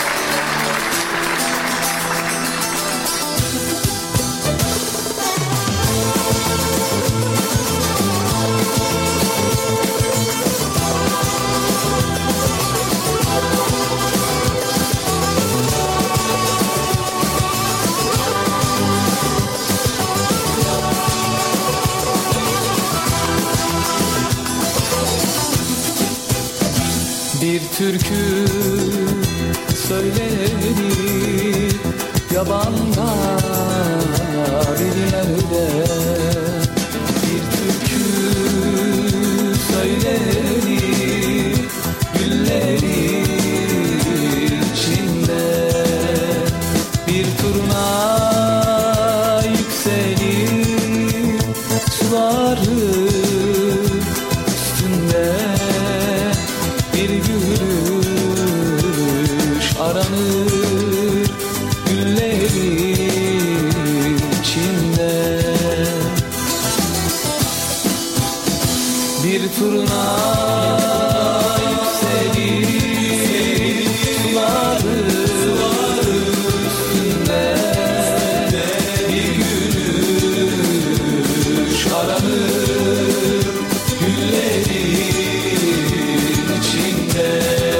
Bir türkü söylenir yabanda bir yerde. Bir türkü söylenir güllerin içinde. Bir turna yükselir suları üstünde. Bir gülüş aranır güllerin içinde. Bir turna yükselir suları üstünde. Bir gülüş aranır güllerin içinde.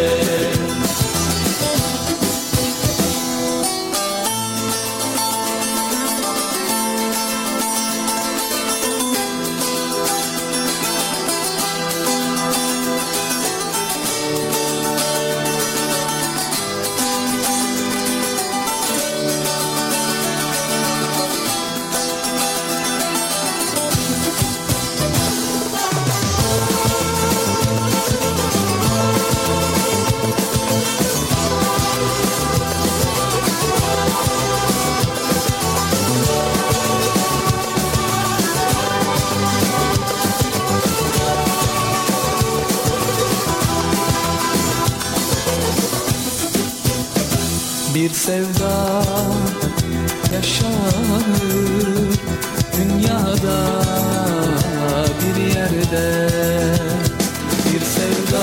Bir sevda yaşanır dünyada bir yerde. Bir sevda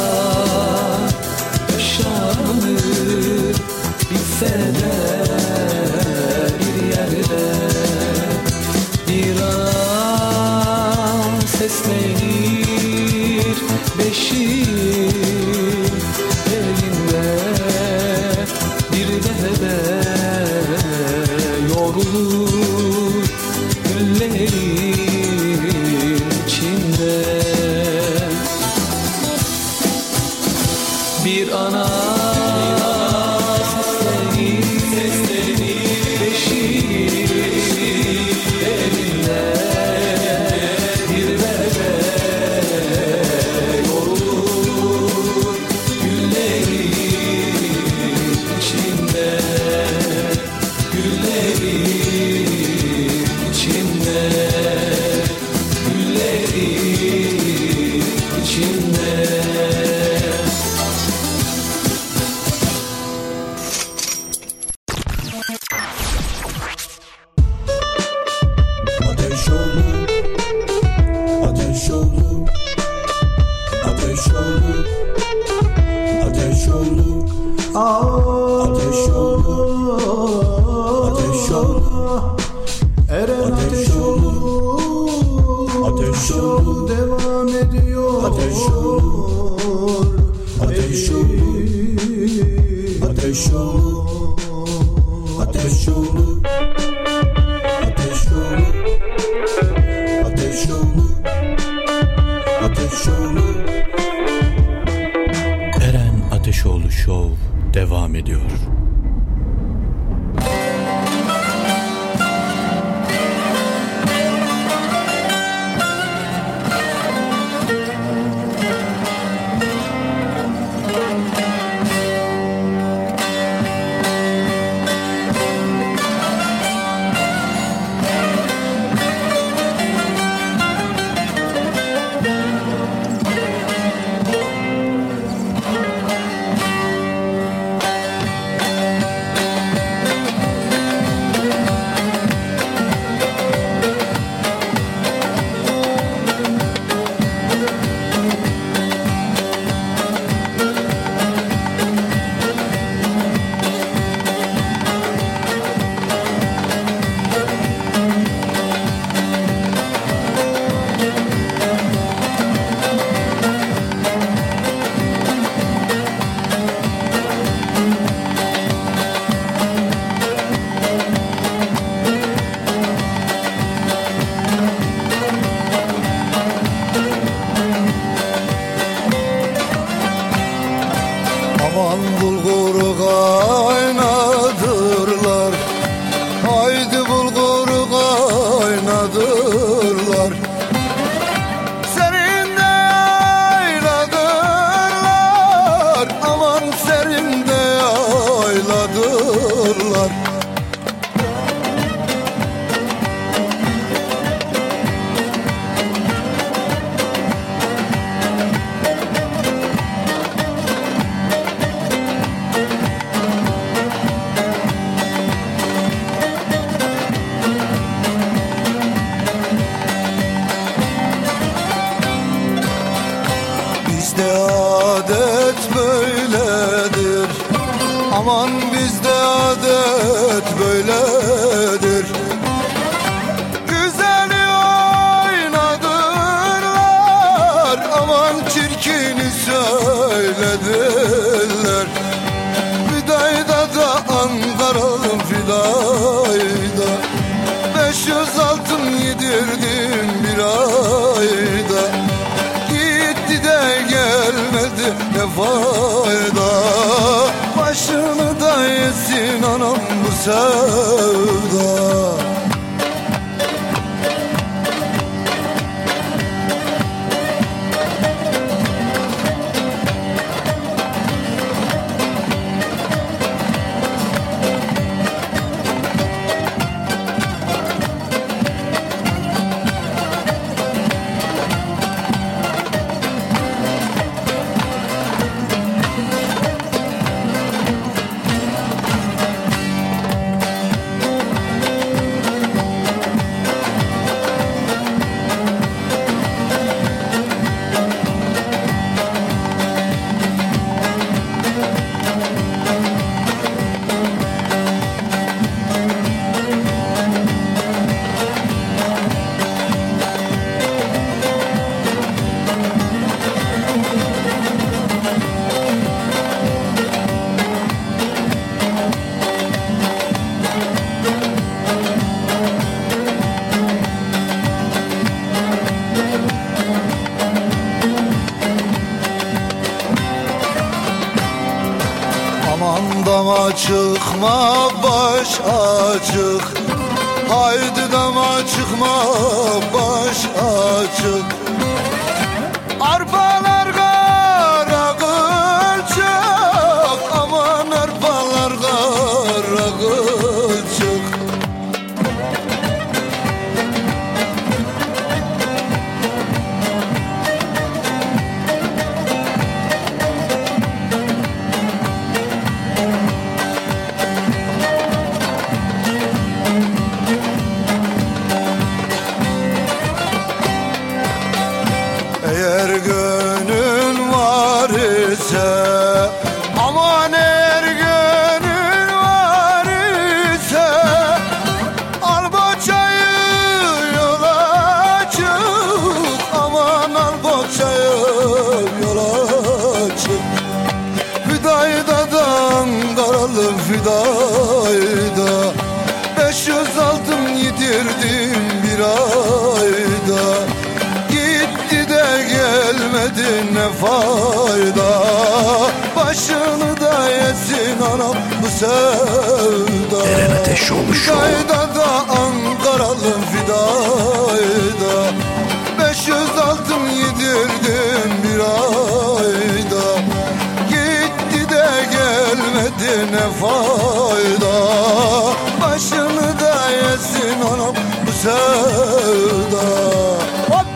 yaşanır bilse de bir yerde. Bir an seslenir beşir elinde. Bir de de yorulur güllerin içinde. Bir ana seslenir beşir elinde. Bir de de yorulur güllerin içinde. Güllerin içinde. Güllerin içinde. Ateş olur, ateş olur, Eren ateş olur, ateş olur, devam ediyor. ateş olur, ateş olur, ateş olur, ateş olur, ateş olur, ateş olur, ateş olur. Eren Ateşoğlu Show devam ediyor. Aman bulguru kaynadırlar, haydi bulguru kaynadırlar. Serinde yayladırlar, aman serinde yayladırlar. Bizde adet böyledir, aman bizde adet böyledir. Güzeli oynadırlar, aman çirkini söylediler. Fidayda da Ankaralı fidayda, beş yüz altın yedirdim bir ayda. Gitti de gelmedi ne fayda, başını da yesin anam bu sevda. Aman dama çıkma baş açık, haydi dama çıkma baş açık. Arpalar kara kılçık, aman arpalar kara kılçık. Eğer gönlüm fidayda. Beş yüz altın yitirdim bir ayda. Gitti de gelmedi ne fayda. Başını da yesin anam bu sevda. Eren Ateşoğlu Show. Fidayda da Ankaralı fidayda. Beş yüz altın yedirdim bir ayda. Gitti de gelmedi ne fayda. Başını da yesin anam bu sevda. Hop!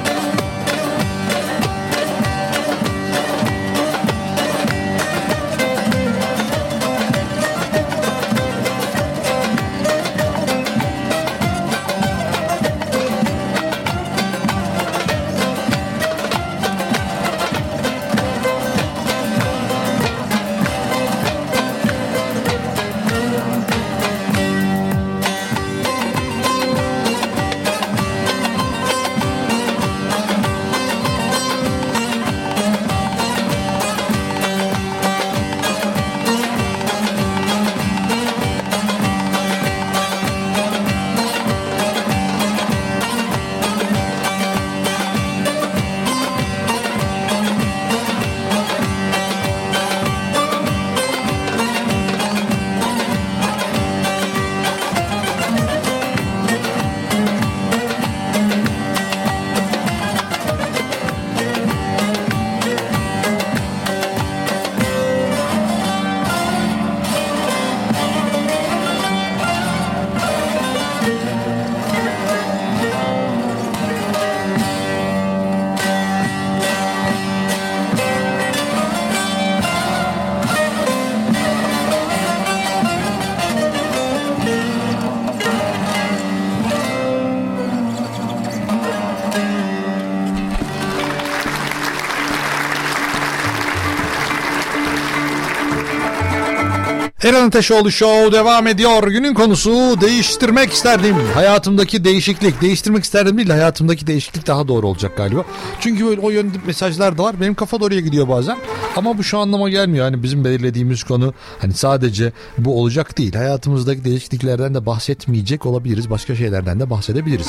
Eren Ateşoğlu Show devam ediyor. Günün konusu değiştirmek isterdim. Hayatımdaki değişiklik. Değiştirmek isterdim değil, hayatımdaki değişiklik daha doğru olacak galiba. Çünkü böyle o yönde mesajlar da var. Benim kafa da oraya gidiyor bazen. Ama bu şu anlama gelmiyor. Hani bizim belirlediğimiz konu hani sadece bu olacak değil. Hayatımızdaki değişikliklerden de bahsetmeyecek olabiliriz. Başka şeylerden de bahsedebiliriz.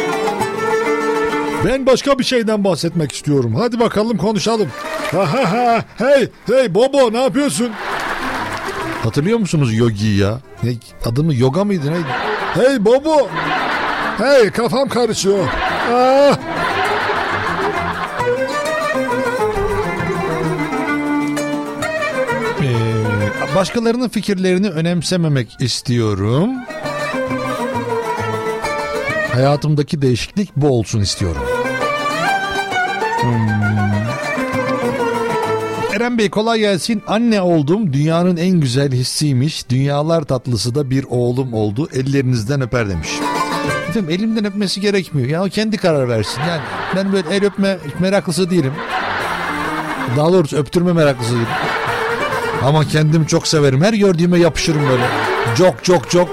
Ben başka bir şeyden bahsetmek istiyorum. Hadi bakalım konuşalım. Ha ha ha. Hey hey Bobo, ne yapıyorsun? Hatırlıyor musunuz Yogi'yi ya? Ne, adı mı Yoga mıydı neydi? Hey Bobo. Hey, kafam karışıyor. Ah. Ee, başkalarının fikirlerini önemsememek istiyorum. Hayatımdaki değişiklik bu olsun istiyorum. Hmm. Eren Bey kolay gelsin. Anne oldum. Dünyanın en güzel hissiymiş. Dünyalar tatlısı da bir oğlum oldu. Ellerinizden öper demiş. Efendim, elimden öpmesi gerekmiyor. Ya o kendi karar versin. Yani ben böyle el öpme meraklısı değilim. Daha doğrusu öptürme meraklısı değilim. Ama kendim çok severim. Her gördüğüme yapışırım böyle. Çok çok çok.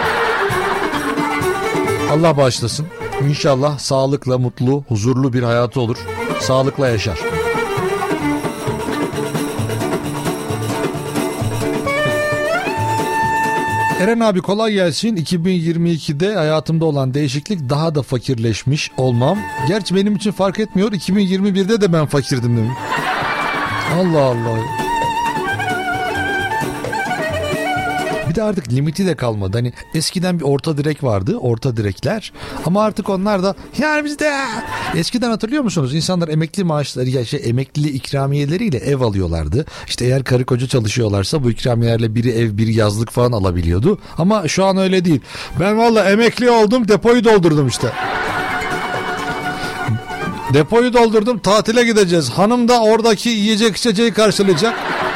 Allah bağışlasın. İnşallah sağlıkla, mutlu, huzurlu bir hayatı olur. Sağlıkla yaşar. Eren abi kolay gelsin. iki bin yirmi ikide hayatımda olan değişiklik daha da fakirleşmiş olmam. Gerçi benim için fark etmiyor. iki bin yirmi birde de ben fakirdim demiş. Allah Allah. Bir de artık limiti de kalmadı. Hani eskiden bir orta direk vardı. Orta direkler. Ama artık onlar da yani bizde. Eskiden hatırlıyor musunuz? İnsanlar emekli maaşları ya şey emekli ikramiyeleriyle ev alıyorlardı. İşte eğer karı koca çalışıyorlarsa bu ikramiyelerle biri ev biri yazlık falan alabiliyordu. Ama şu an öyle değil. Ben valla emekli oldum, depoyu doldurdum işte. Depoyu doldurdum, tatile gideceğiz. Hanım da oradaki yiyecek içeceği karşılayacak.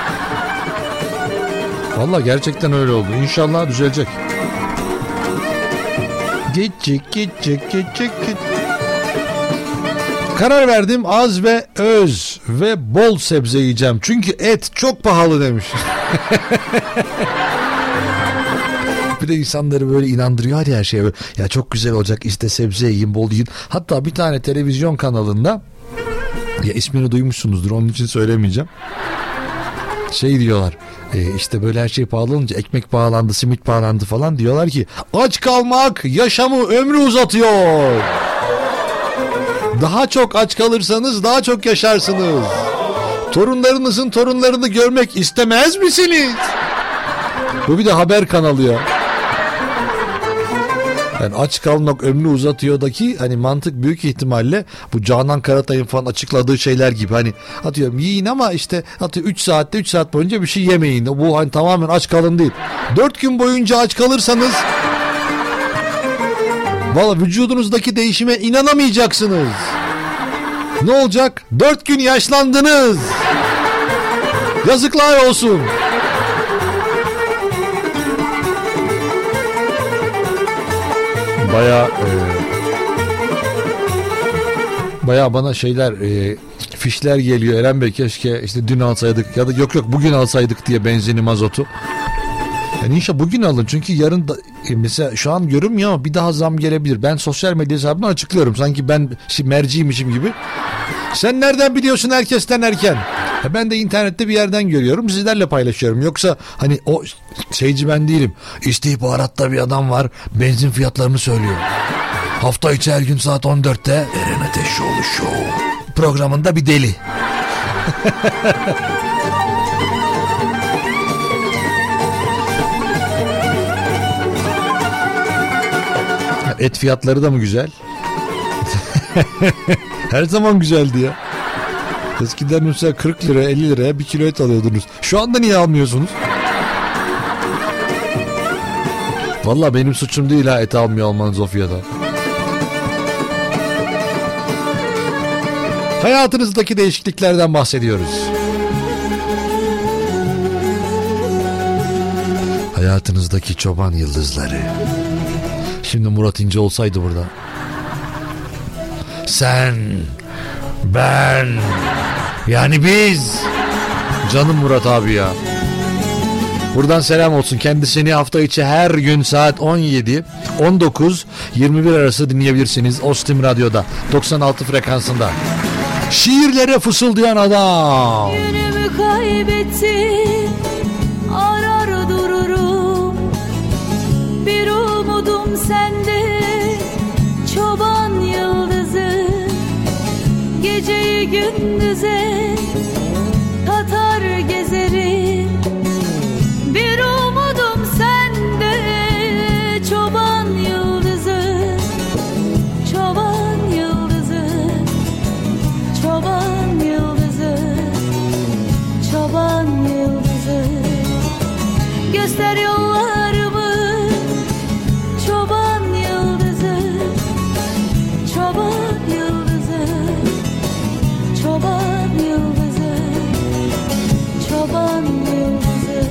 Valla gerçekten öyle oldu. İnşallah düzelecek. Gidecek, gidecek, gidecek, gidecek. Karar verdim, az ve öz ve bol sebze yiyeceğim. Çünkü et çok pahalı demiş. Bir de insanları böyle inandırıyor ya her şeye. Ya çok güzel olacak, işte sebze yiyin, bol yiyin. Hatta bir tane televizyon kanalında, ya ismini duymuşsunuzdur onun için söylemeyeceğim. Şey diyorlar. E, işte böyle her şey pahalı olunca ekmek pahalandı, simit pahalandı falan diyorlar ki aç kalmak yaşamı, ömrü uzatıyor. Daha çok aç kalırsanız daha çok yaşarsınız. Torunlarınızın torunlarını görmek istemez misiniz? Bu bir de haber kanalı ya. Yani aç kalmak ömrü uzatıyordaki hani mantık büyük ihtimalle bu Canan Karatay'ın falan açıkladığı şeyler gibi. Hani atıyorum yiyin ama işte atıyorum üç saatte üç saat boyunca bir şey yemeyin. Bu hani tamamen aç kalın değil. dört gün boyunca aç kalırsanız valla vücudunuzdaki değişime inanamayacaksınız. Ne olacak? dört gün yaşlandınız. Yazıklar olsun. Baya e, baya bana şeyler e, fişler geliyor. Eren Bey keşke işte dün alsaydık ya da yok yok bugün alsaydık diye benzini, mazotu. Yani inşallah bugün alın çünkü yarın da e, mesela şu an görünmüyor ama bir daha zam gelebilir. Ben sosyal medya hesabımdan açıklıyorum sanki ben şey, merciymişim gibi. Sen nereden biliyorsun herkesten erken? Ya ben de internette bir yerden görüyorum, sizlerle paylaşıyorum. Yoksa hani o şeyci ben değilim. İstihbaratta bir adam var, benzin fiyatlarını söylüyor. Hafta içi her gün saat on dörtte Eren Ateşoğlu Show programında bir deli. Et fiyatları da mı güzel? Her zaman güzeldi ya. Eskiden mesela kırk lira elli liraya bir kilo et alıyordunuz. Şu anda niye almıyorsunuz? Vallahi benim suçum değil ha et almıyor olmanız o fiyata. Hayatınızdaki değişikliklerden bahsediyoruz. Hayatınızdaki çoban yıldızları. Şimdi Murat İnce olsaydı burada. Sen, ben, yani biz. Canım Murat abi ya. Buradan selam olsun. Kendisini hafta içi her gün saat on yedi on dokuz yirmi bir arası dinleyebilirsiniz. Ostim Radyo'da doksan altı frekansında. Şiirlere fısıldayan adam. Yönümü kaybettim, arar dururum. Bir umudum sende, çoban yıldızı. Geceyi gündüze katar gezerim. Bir umudum sende, çoban yıldızı. Çoban yıldızı, çoban yıldızı, çoban yıldızı. Göster yollarımı, çoban yıldızı, çoban yıldızı, çoban yıldızı, çoban yıldızı.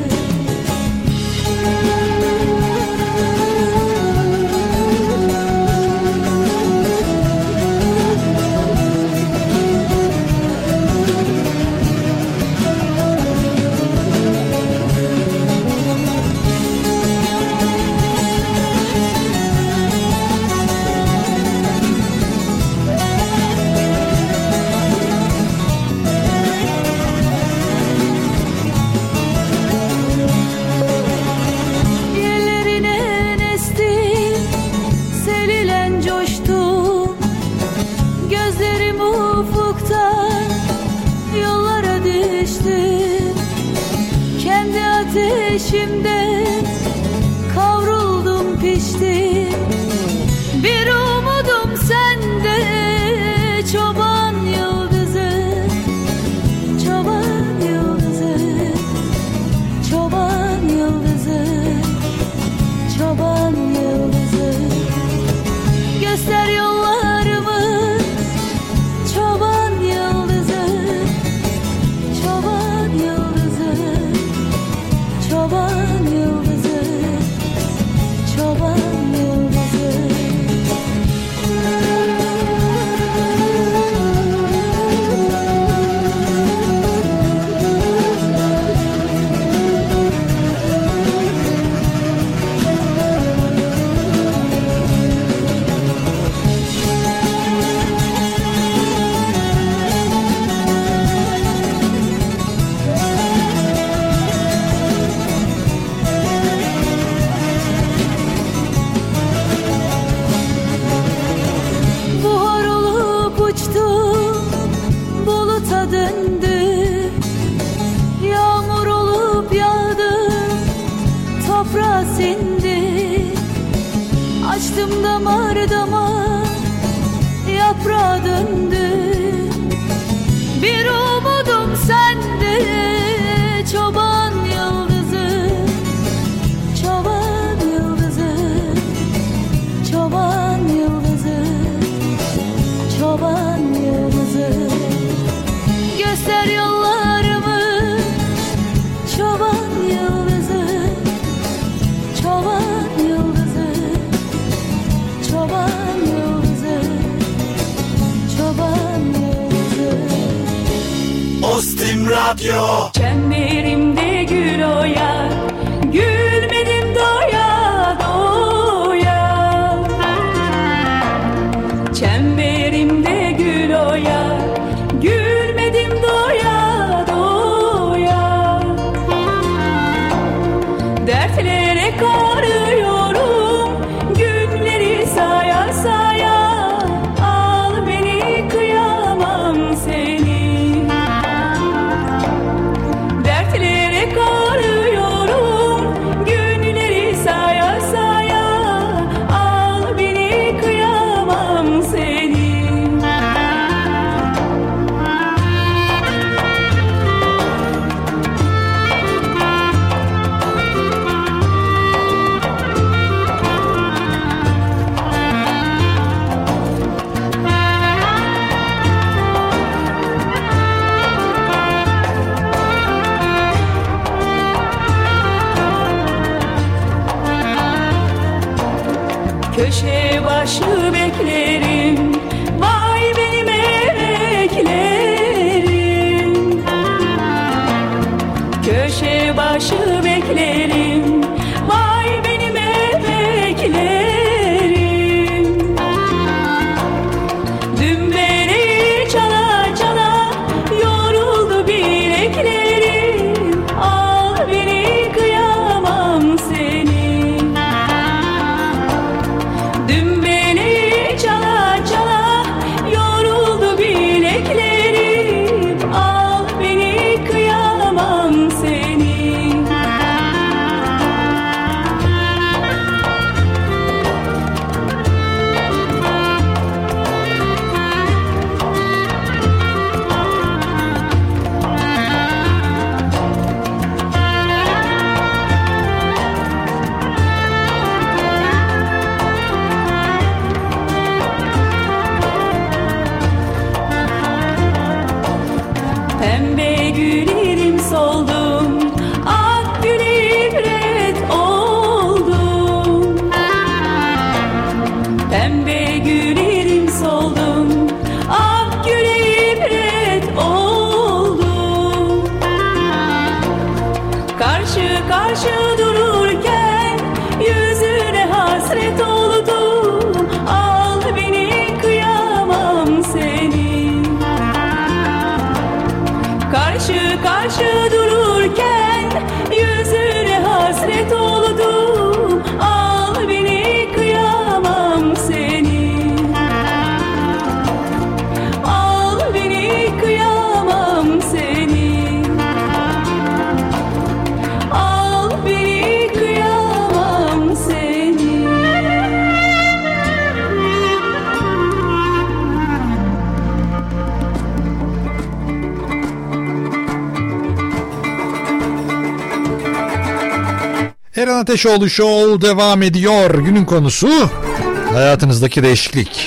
Ateşimde kavruldum piştim. Bir umudum sende, çoban yıldızı, çoban yıldızı, çoban yıldızı, çoban yıldızı. Göster yollarımı, çoban yıldızı, çoban yıldızı, çoban yıldızı, çoban yıldızı. Ağacım damar damar yaprağa döndü. Bir umudum sende çoban yıldızı, çoban yıldızı, çoban yıldızı, çoban yıldızı. Göster yollarımı çoban yıldızı, çoban yıldızı, çoban yıldızı, çoban yıldızı. Ostim Radyo. Çemberimde gül oya, gülmedim doya doya. Çemberimde gül oya, gülmedim doya doya. Dertlere karıyorum, günleri saya saya. Al beni kıyamam seni. Dertlere karıyorum, günleri saya saya. Al beni kıyamam seni. Köşe başı beklerim, vay benim emeklerim. Köşe başı beklerim, vay benim emeklerim. Dümbeli çala çala yoruldu bileklerim. Al beni kıyamam seni. Dümbeli çala çala yoruldu bileklerim. Al beni kıyamam seni. Pembe güllerim soldum, ak gül ibret oldum. Pembe güllerim soldum, ak gül ibret oldum. Karşı karşı dururken yüzüne hasret oldum. Al beni kıyamam seni. Karşı karşı dururken yüzüne hasret oldum. Al beni kıyamam seni. Al beni kıyamam seni. Al beni kıyamam seni. Eren Ateşoğlu Show devam ediyor. Günün konusu hayatınızdaki değişiklik.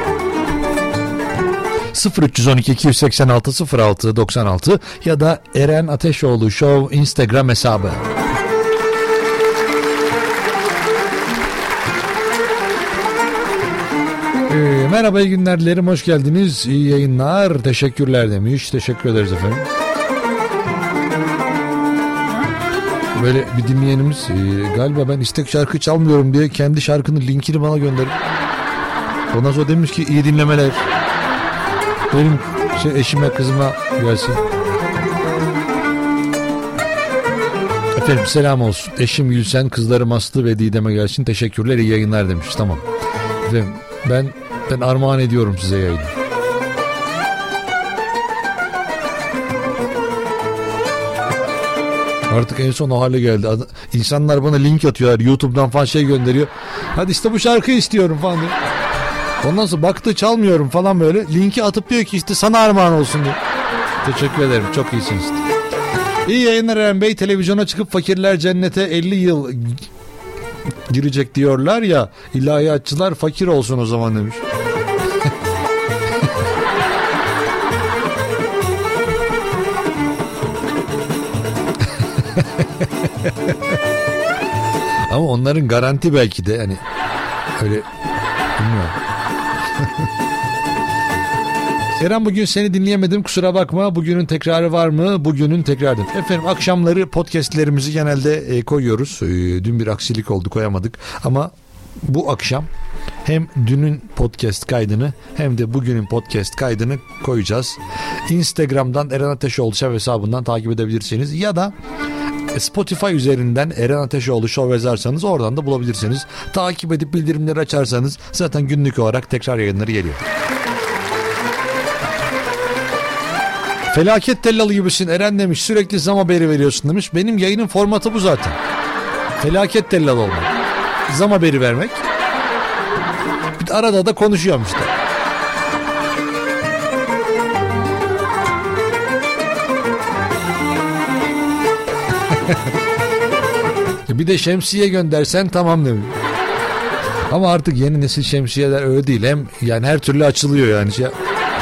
sıfır üç on iki iki yüz seksen altı sıfır altı doksan altı ya da Eren Ateşoğlu Show Instagram hesabı. Ee, merhaba, iyi günler dilerim, hoş geldiniz, iyi yayınlar, teşekkürler demiş. Teşekkür ederiz efendim. Böyle bir dinleyenimiz e, galiba ben istek şarkı çalmıyorum diye kendi şarkının linkini bana gönderdi. Ondan sonra demiş ki iyi dinlemeler. Benim şey, eşime kızıma gelsin. Efendim selam olsun. Eşim Gülsen, kızlarım Aslı ve Didem'e gelsin. Teşekkürler, iyi yayınlar demiş. Tamam. Efendim ben ben armağan ediyorum size yayını. Artık en son o hale geldi. İnsanlar bana link atıyorlar. YouTube'dan falan şey gönderiyor. Hadi işte bu şarkıyı istiyorum falan diyor. Ondan sonra baktı çalmıyorum falan böyle. Linki atıp diyor ki işte sana armağan olsun diyor. Teşekkür ederim. Çok iyisiniz. İyi yayınlar Eren Bey. Televizyona çıkıp fakirler cennete elli yıl girecek diyorlar ya. İlahiyatçılar fakir olsun o zaman demiş. Ama onların garanti belki de hani öyle bilmiyorum. Eren bugün seni dinleyemedim kusura bakma. Bugünün tekrarı var mı? Bugünün tekrarı. Efendim akşamları podcastlerimizi genelde e, koyuyoruz. E, dün bir aksilik oldu koyamadık. Ama bu akşam hem dünün podcast kaydını hem de bugünün podcast kaydını koyacağız. Instagram'dan Eren Ateşoğlu Show hesabından takip edebilirsiniz. Ya da Spotify üzerinden Eren Ateşoğlu Show yazarsanız oradan da bulabilirsiniz. Takip edip bildirimleri açarsanız zaten günlük olarak tekrar yayınları geliyor. Felaket tellalı gibisin Eren demiş. Sürekli zam haberi veriyorsun demiş. Benim yayının formatı bu zaten. Felaket tellalı olmak. Zam haberi vermek. Bir de arada da konuşuyorum işte. Bir de şemsiye göndersen tamam demiş. Ama artık yeni nesil şemsiyeler öyle değil. Hem yani her türlü açılıyor yani. Şey...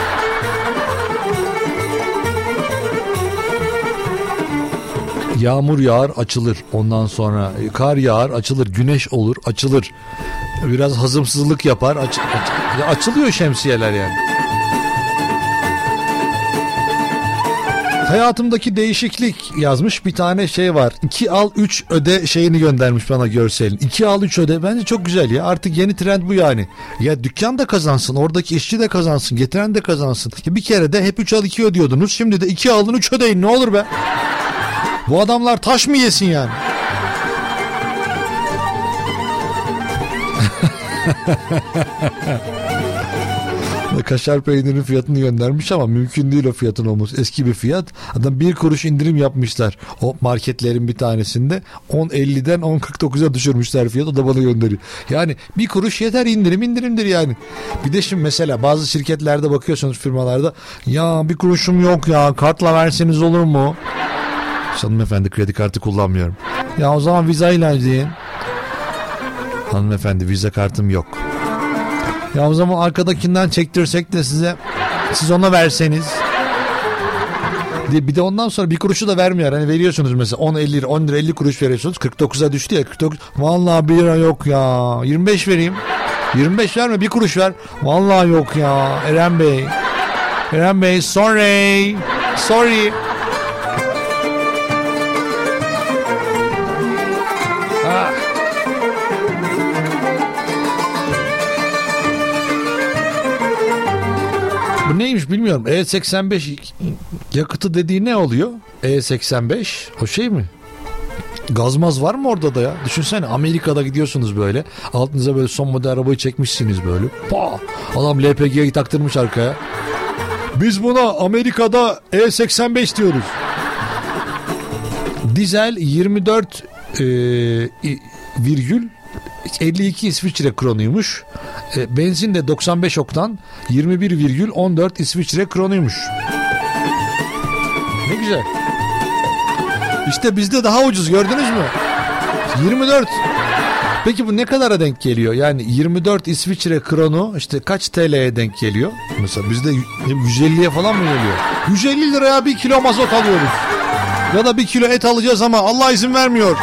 Yağmur yağar açılır. Ondan sonra kar yağar açılır. Güneş olur açılır. Biraz hazımsızlık yapar aç, aç, açılıyor şemsiyeler yani. Hayatımdaki değişiklik yazmış bir tane şey var. iki al üç öde şeyini göndermiş bana görselin. iki al üç öde bence çok güzel ya. Artık yeni trend bu yani. Ya dükkan da kazansın, oradaki işçi de kazansın, getiren de kazansın. Ya bir kere de hep üç al iki ödüyordunuz. Şimdi de iki alın üç ödeyin ne olur be. Bu adamlar taş mı yesin yani? Kaşar peynirinin fiyatını göndermiş ama mümkün değil o fiyatın olması. Eski bir fiyat. Adam bir kuruş indirim yapmışlar. O marketlerin bir tanesinde on elliden on kırk dokuza düşürmüşler fiyat. O da bana gönderiyor. Yani bir kuruş yeter indirim indirimdir yani. Bir de şimdi mesela bazı şirketlerde bakıyorsunuz firmalarda ya bir kuruşum yok ya kartla verseniz olur mu? Hanımefendi kredi kartı kullanmıyorum. Ya o zaman viza ile ödeyin. Hanımefendi viza kartım yok. Ya o zaman arkadakinden çektirsek de size siz ona verseniz. Bir de ondan sonra bir kuruşu da vermiyor. Hani veriyorsunuz mesela on elli lira on lira elli kuruş veriyorsunuz. kırk dokuza düştü ya kırk dokuz. Vallahi bir lira yok ya. yirmi beş vereyim. yirmi beş verme bir kuruş ver. Vallahi yok ya. Eren Bey. Eren Bey sorry. Sorry. Ha. Bu neymiş bilmiyorum. E seksen beş yakıtı dediği ne oluyor? E seksen beş o şey mi? Gazmaz var mı orada da ya? Düşünsene Amerika'da gidiyorsunuz böyle. Altınıza böyle son model arabayı çekmişsiniz böyle. Pa! Adam L P G'yi taktırmış arkaya. Biz buna Amerika'da E seksen beş diyoruz. Dizel yirmi dört e, virgül elli iki İsviçre kronuymuş. E, benzin de doksan beş oktan yirmi bir virgül on dört İsviçre kronuymuş. Ne güzel. İşte bizde daha ucuz gördünüz mü? yirmi dört. Peki bu ne kadara denk geliyor? Yani yirmi dört İsviçre kronu işte kaç T L'ye denk geliyor? Mesela bizde yüz elliye falan mı geliyor? yüz elli liraya bir kilo mazot alıyoruz. Ya da bir kilo et alacağız ama Allah izin vermiyor.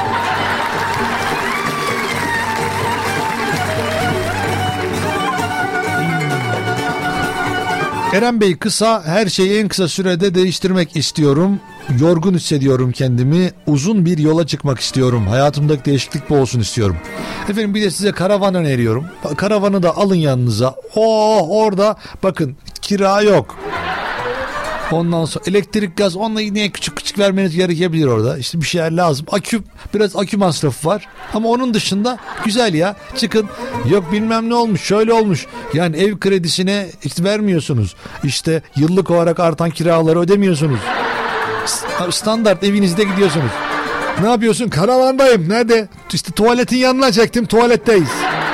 Eren Bey kısa her şeyi en kısa sürede değiştirmek istiyorum. Yorgun hissediyorum kendimi. Uzun bir yola çıkmak istiyorum. Hayatımdaki değişiklik bu olsun istiyorum. Efendim bir de size karavan öneriyorum. Karavanı da alın yanınıza. Oh orada bakın kira yok. Ondan sonra elektrik gaz onunla yine küçük küçük vermeniz gerekebilir orada. İşte bir şeyler lazım. Akü biraz akü masrafı var. Ama onun dışında güzel ya. Çıkın yok bilmem ne olmuş şöyle olmuş. Yani ev kredisine işte vermiyorsunuz. İşte yıllık olarak artan kiraları ödemiyorsunuz. Standart evinizde gidiyorsunuz. Ne yapıyorsun? Karavandayım. Nerede? İşte tuvaletin yanına çektim. Tuvaletteyiz.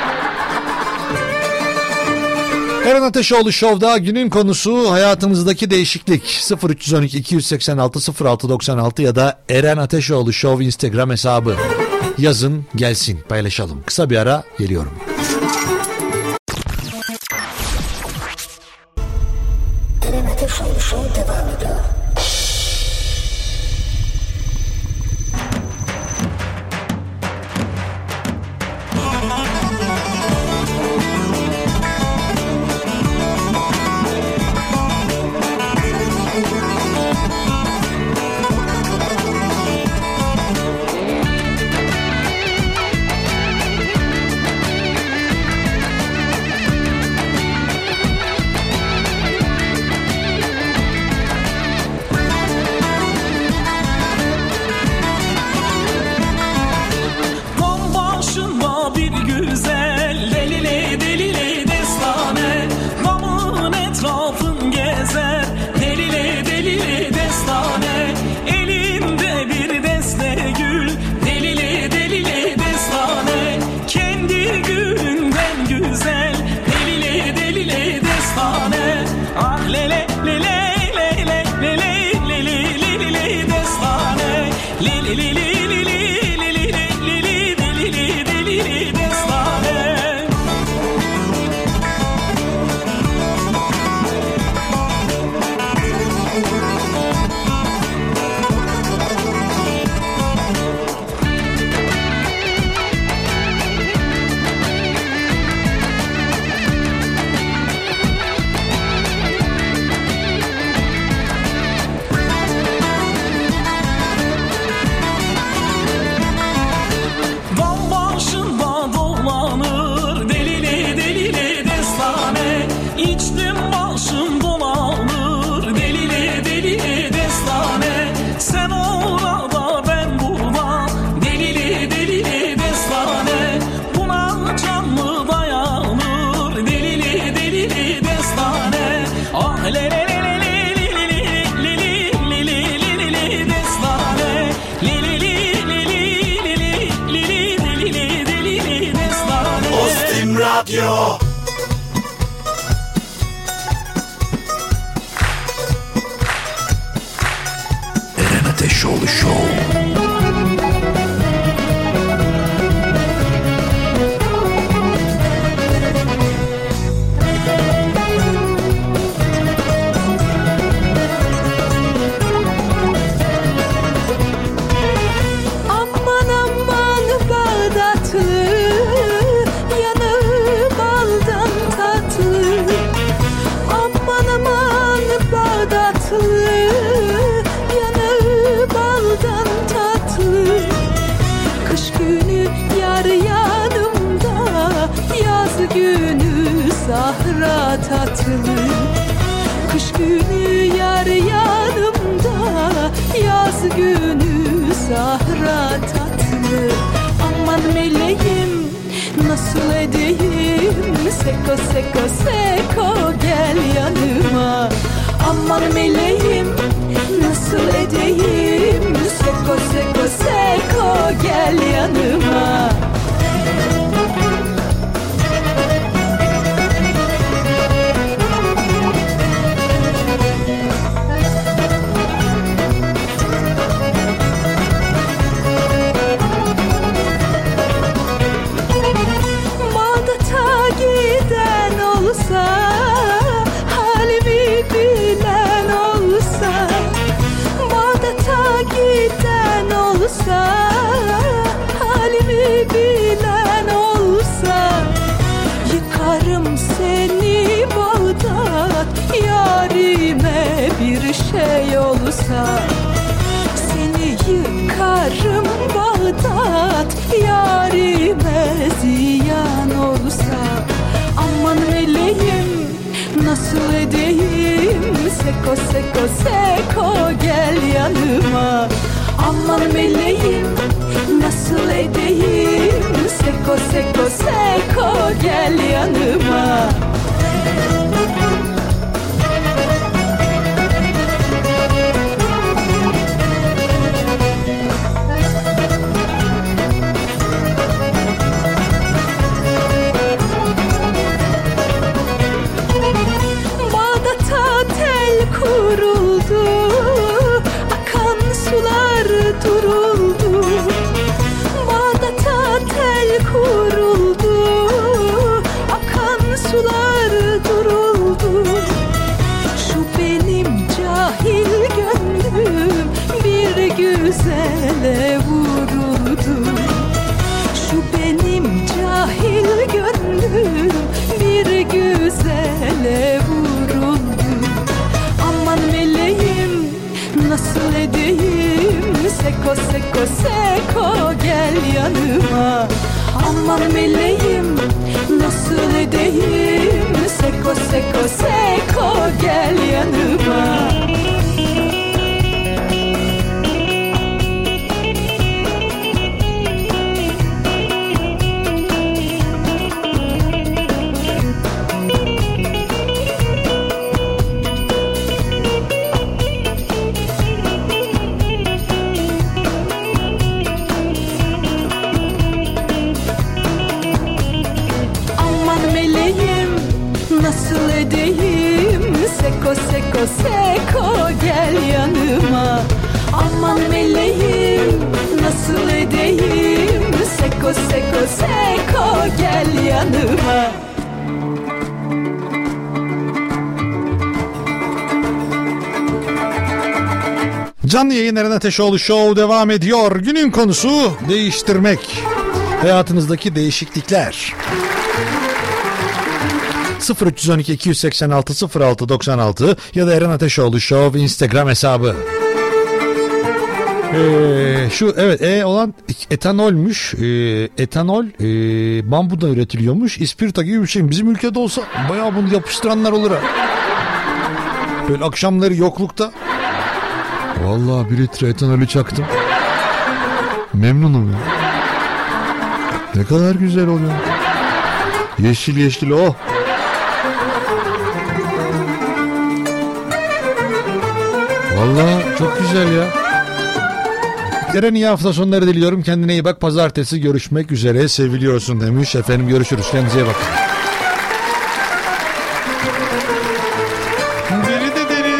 Eren Ateşoğlu Show'da günün konusu hayatımızdaki değişiklik. sıfır üç on iki iki seksen altı sıfır altı doksan altı ya da Eren Ateşoğlu Show Instagram hesabı. Yazın gelsin, paylaşalım. Kısa bir ara geliyorum. Eren Ateşoğlu Show devam ediyor. Radyo. Eren Ateşoğlu Show. Sahra tatlı, kış günü yar yanımda, yaz günü sahra tatlı. Aman meleğim nasıl edeyim, seko seko seko gel yanıma. Aman meleğim nasıl edeyim, seko seko seko gel yanıma. Halimi bilen olsa, Bağdat'a giden olsa, halimi bilen olsa, yıkarım seni Bağdat, yarime bir şey olsa. Seni yıkarım Bağdat, yarime ziyan olsa. Aman meleğim nasıl edeyim, seko seko seko gel yanıma. Aman meleğim nasıl edeyim, seko seko seko gel yanıma. gel yanıma. Aman meleğim nasıl edeyim, seko seko seko gel yanıma. Nasıl edeyim, seko seko seko gel yanıma. Aman meleğim nasıl edeyim, seko seko seko gel yanıma. Canlı yayın Eren Ateşoğlu Show devam ediyor. Günün konusu değiştirmek. Hayatınızdaki değişiklikler. sıfır üç on iki iki yüz seksen altı sıfır altı doksan altı ya da Eren Ateşoğlu Show Instagram hesabı. Ee, şu evet E olan etanolmüş. Ee, etanol e, bambudan üretiliyormuş. İspirta gibi bir şey. Bizim ülkede olsa bayağı bunu yapıştıranlar olur ha. Böyle akşamları yoklukta. Vallahi bir litre etanolü çaktım. Memnunum ya. Ne kadar güzel oluyor. Yeşil yeşil o. Oh. Vallahi çok güzel ya. Eren iyi hafta sonları diliyorum. Kendine iyi bak. Pazartesi görüşmek üzere. Seviliyorsun demiş. Efendim görüşürüz. Kendinize iyi bakın. Deri de deri.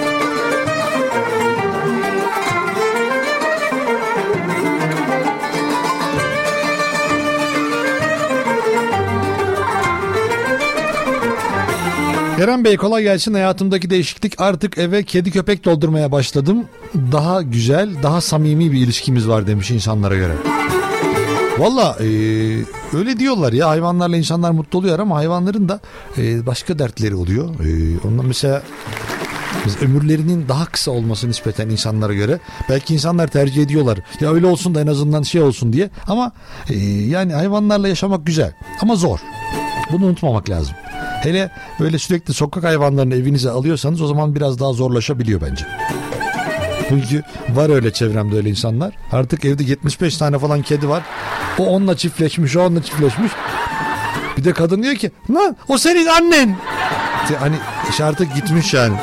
Eren Bey kolay gelsin. Hayatımdaki değişiklik, artık eve kedi köpek doldurmaya başladım. Daha güzel, daha samimi bir ilişkimiz var demiş insanlara göre. Valla e, öyle diyorlar ya, hayvanlarla insanlar mutlu oluyor ama hayvanların da e, başka dertleri oluyor. E, ondan mesela ömürlerinin daha kısa olması nispeten insanlara göre. Belki insanlar tercih ediyorlar. Ya öyle olsun da en azından şey olsun diye. Ama e, yani hayvanlarla yaşamak güzel ama zor. Bunu unutmamak lazım. Hele böyle sürekli sokak hayvanlarını evinize alıyorsanız o zaman biraz daha zorlaşabiliyor bence. Çünkü var öyle çevremde öyle insanlar. Artık evde yetmiş beş tane falan kedi var. O onunla çiftleşmiş, o onunla çiftleşmiş. Bir de kadın diyor ki, lan o senin annen. Hani iş artık gitmiş yani.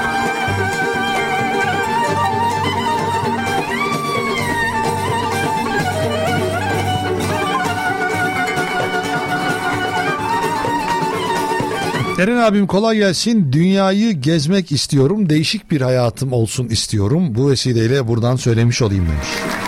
Eren abim kolay gelsin. Dünyayı gezmek istiyorum. Değişik bir hayatım olsun istiyorum. Bu vesileyle buradan söylemiş olayım demiş.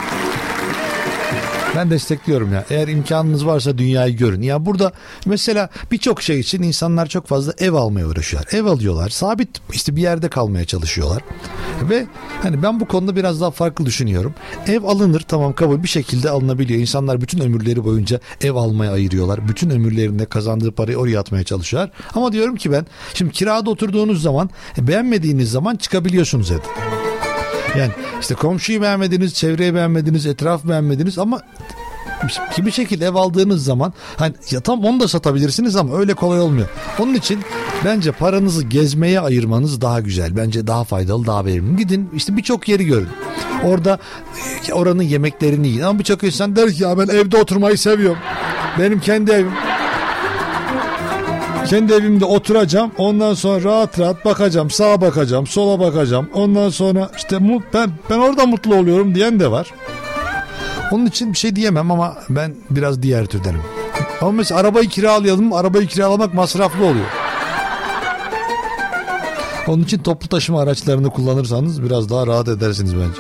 Ben destekliyorum ya. Eğer imkanınız varsa dünyayı görün. Ya burada mesela birçok şey için insanlar çok fazla ev almaya uğraşıyorlar. Ev alıyorlar. Sabit işte bir yerde kalmaya çalışıyorlar. Ve hani ben bu konuda biraz daha farklı düşünüyorum. Ev alınır, tamam, kabul, bir şekilde alınabiliyor. İnsanlar bütün ömürleri boyunca ev almaya ayırıyorlar. Bütün ömürlerinde kazandığı parayı oraya atmaya çalışıyorlar. Ama diyorum ki ben, şimdi kirada oturduğunuz zaman, beğenmediğiniz zaman çıkabiliyorsunuz evden. Yani işte komşuyu beğenmediniz, çevreyi beğenmediniz, etrafı beğenmediniz ama bir şekilde ev aldığınız zaman hani ya tam onu da satabilirsiniz ama öyle kolay olmuyor. Onun için bence paranızı gezmeye ayırmanız daha güzel. Bence daha faydalı, daha verimli. Gidin işte birçok yeri görün. Orada oranın yemeklerini yiyin. Ama birçok insan der ki ya ben evde oturmayı seviyorum. Benim kendi evim. Kendi evimde oturacağım. Ondan sonra rahat rahat bakacağım. Sağa bakacağım, sola bakacağım. Ondan sonra işte ben ben orada mutlu oluyorum diyen de var. Onun için bir şey diyemem ama ben biraz diğer türdenim. Ama mesela arabayı kiralayalım. Arabayı kiralamak masraflı oluyor. Onun için toplu taşıma araçlarını kullanırsanız biraz daha rahat edersiniz bence.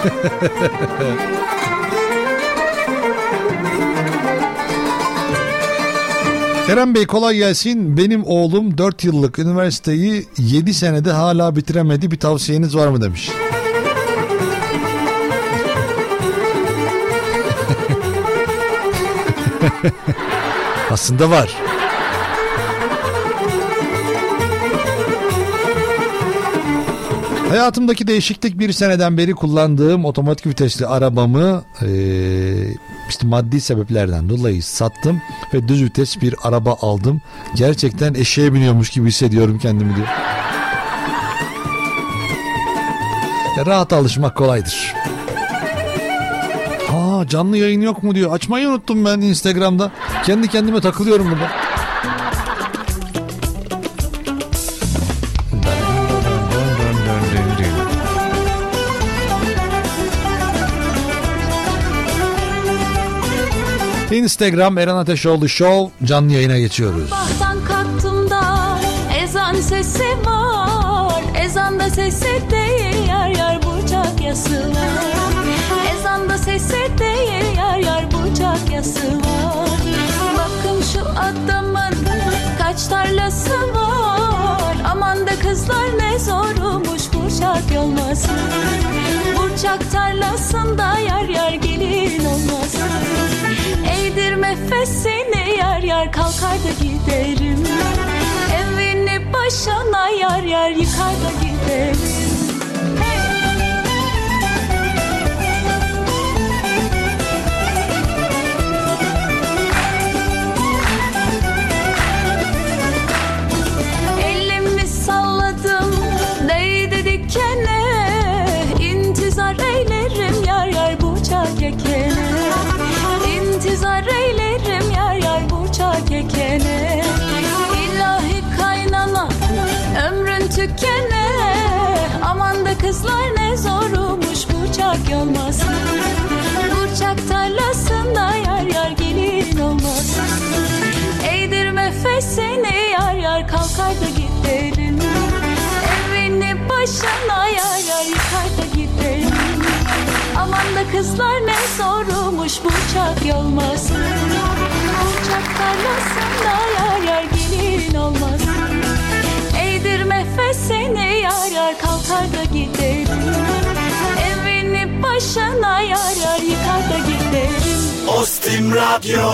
Eren Bey kolay gelsin. Benim oğlum dört yıllık üniversiteyi yedi senede hala bitiremedi. Bir tavsiyeniz var mı demiş. Aslında var. Hayatımdaki değişiklik, bir seneden beri kullandığım otomatik vitesli arabamı ee, İşte maddi sebeplerden dolayı sattım ve düz vites bir araba aldım. Gerçekten eşeğe biniyormuş gibi hissediyorum kendimi diyor. Ya rahata alışmak kolaydır. Aa, canlı yayın yok mu diyor. Açmayı unuttum ben Instagram'da. Kendi kendime takılıyorum burada. Instagram Eren Ateşoğlu Show, canlı yayına geçiyoruz. Sabahtan kalktım da ezan sesi var. Ezanda sesi değil, yer yer bucak yası var. Ezanda sesi değil, yer yer bucak yası var. Bakın şu adamın kaç tarlası var. Aman da kızlar ne zormuş Burçak yolması. Burçak tarlasında yer yer gelin olması. Eğdirme fesini, yer yer kalkar da giderim. Evini başına yer yer yıkar da giderim. Elimi salladım değdi dikene. İntizar eylerim yer yer bucak ekene. İntizar eylerim yer yer bucak ekene. İlahi kaynana ömrün tükene. Aman da kızlar ne zormuş Burçak yolması. Burçak tarlasında yer yer gelin olması. Eğdirme fesini, yer yer kalkar da giderim. Evini başına yer yer yıkar da giderim. Aman da kızlar ne zormuş Burçak yolması. Burçak tarlasında yer yer gelin olması. Eğdirme fesini, yer yer kalkar da giderim. Evini başına yer yer yıkar da giderim. Ostim Radyo.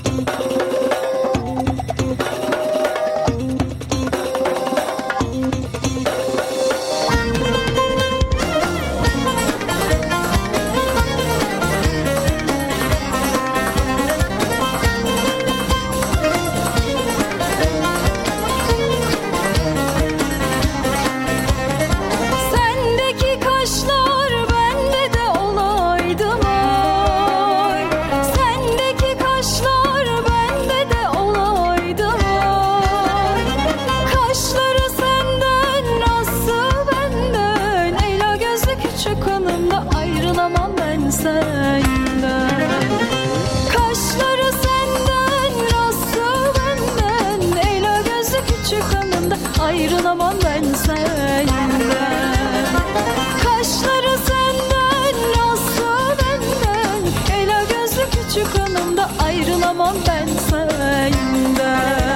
Ayrılamam ben senden. Kaşları senden, rası benden. Ela gözlü küçük hanım da ayrılamam ben senden.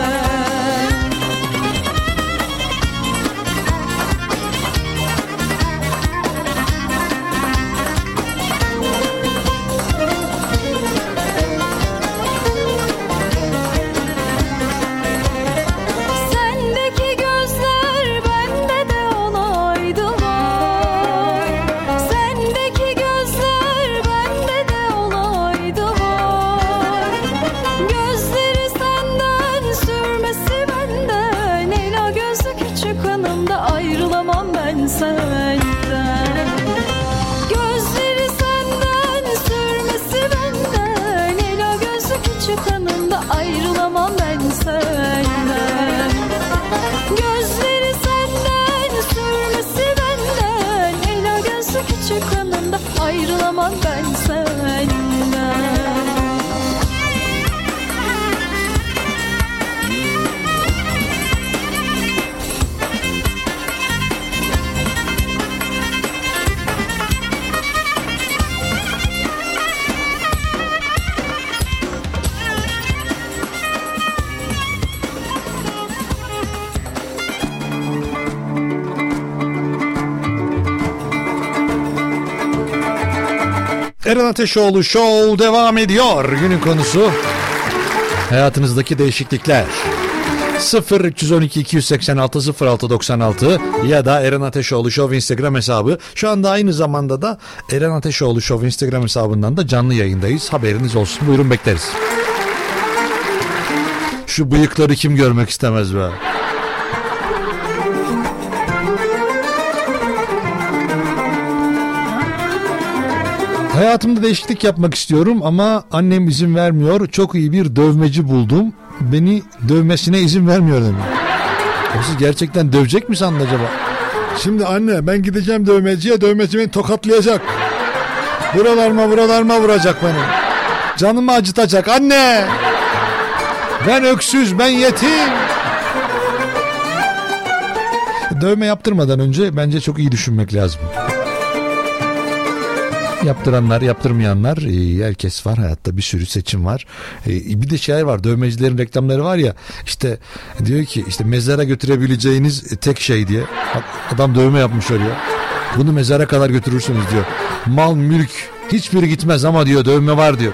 Ayrılamam ben senden. Eren Ateşoğlu Show devam ediyor. Günün konusu hayatınızdaki değişiklikler. sıfır üç on iki iki seksen altı sıfır altı doksan altı ya da Eren Ateşoğlu Show Instagram hesabı. Şu anda aynı zamanda da Eren Ateşoğlu Show Instagram hesabından da canlı yayındayız. Haberiniz olsun. Buyurun, bekleriz. Şu bıyıkları kim görmek istemez be? Hayatımda değişiklik yapmak istiyorum ama annem izin vermiyor. Çok iyi bir dövmeci buldum. Beni dövmesine izin vermiyor dedim. O siz gerçekten dövecek mi sandın acaba? Şimdi anne ben gideceğim dövmeciye, dövmeci beni tokatlayacak. Buralarıma buralarıma vuracak beni. Canımı acıtacak anne. Ben öksüz, ben yetim. Dövme yaptırmadan önce bence çok iyi düşünmek lazım. Yaptıranlar, yaptırmayanlar, herkes var hayatta, bir sürü seçim var. Bir de şey var, dövmecilerin reklamları var ya, işte diyor ki işte mezara götürebileceğiniz tek şey diye. Bak, adam dövme yapmış oraya. Bunu mezara kadar götürürsünüz diyor. Mal, mülk hiçbiri gitmez ama diyor dövme var diyor.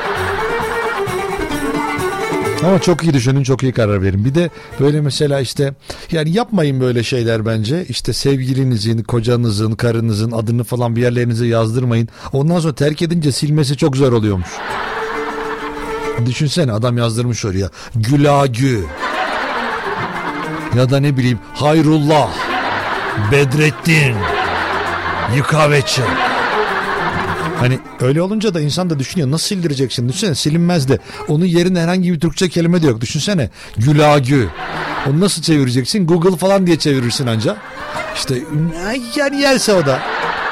Ama çok iyi düşünün, çok iyi karar verin. Bir de böyle mesela işte yani yapmayın böyle şeyler bence. İşte sevgilinizin, kocanızın, karınızın adını falan bir yerlerinize yazdırmayın. Ondan sonra terk edince silmesi çok zor oluyormuş. Düşünsene, adam yazdırmış oraya Gülagü ya da ne bileyim Hayrullah, Bedrettin, Yıkaveçi. Hani öyle olunca da insan da düşünüyor, nasıl sildireceksin? Düşünsene, silinmez de onun yerine herhangi bir Türkçe kelime de yok. Düşünsene, Gülagü. Onu nasıl çevireceksin? Google falan diye çevirirsin anca. İşte yani yerse o da.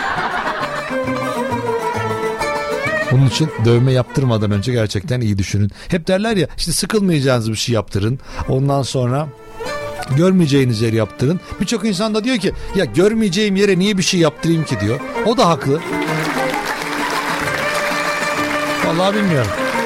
Onun için dövme yaptırmadan önce gerçekten iyi düşünün. Hep derler ya, işte sıkılmayacağınız bir şey yaptırın. Ondan sonra görmeyeceğiniz yeri yaptırın. Birçok insan da diyor ki ya görmeyeceğim yere niye bir şey yaptırayım ki diyor. O da haklı. Vallahi bilmiyorum.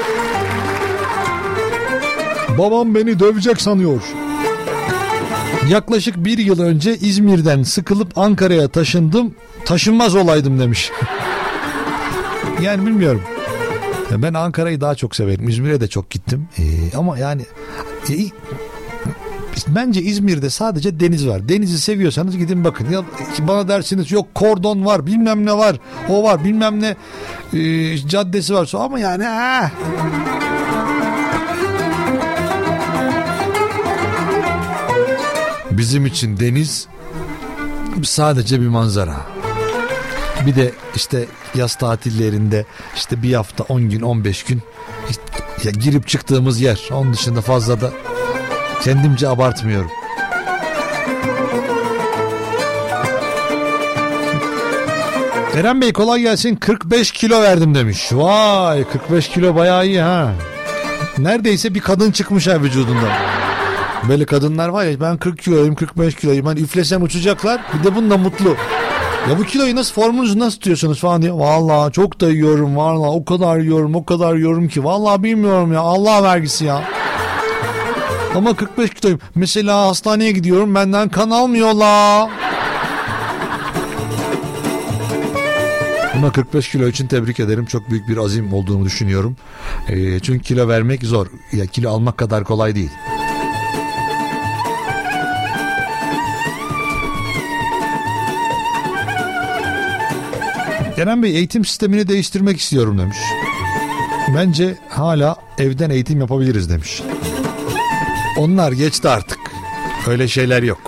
Babam beni dövecek sanıyor. Yaklaşık bir yıl önce İzmir'den sıkılıp Ankara'ya taşındım. Taşınmaz olaydım demiş. Yani bilmiyorum. Ben Ankara'yı daha çok severim. İzmir'e de çok gittim. Ee, ama yani e, bence İzmir'de sadece deniz var. Denizi seviyorsanız gidin bakın. Ya bana dersiniz yok kordon var, bilmem ne var, o var, bilmem ne e, caddesi var. Ama yani ha. Bizim için deniz sadece bir manzara. Bir de işte yaz tatillerinde işte bir hafta, on gün, on beş gün işte ya girip çıktığımız yer. Onun dışında fazla da kendimce abartmıyorum. Eren Bey kolay gelsin, kırk beş kilo verdim demiş. Vay, kırk beş kilo bayağı iyi ha. Neredeyse bir kadın çıkmış ha vücudundan. Böyle kadınlar var ya, ben kırk kiloyum, kırk beş kiloyum, hani üflesem uçacaklar, bir de bununla mutlu. Ya bu kiloyu nasıl, formülünüzü nasıl tutuyorsunuz falan diye. Vallahi çok da yiyorum, vallahi o kadar yiyorum, o kadar yiyorum ki vallahi bilmiyorum ya, Allah vergisi ya. Ama kırk beş kiloyum. Mesela hastaneye gidiyorum, benden kan almıyorlar. Ama kırk beş kilo için tebrik ederim. Çok büyük bir azim olduğunu düşünüyorum. E, çünkü kilo vermek zor. Ya kilo almak kadar kolay değil. Eren Bey, eğitim sistemini değiştirmek istiyorum demiş. Bence hala evden eğitim yapabiliriz demiş. Onlar geçti artık. Öyle şeyler yok.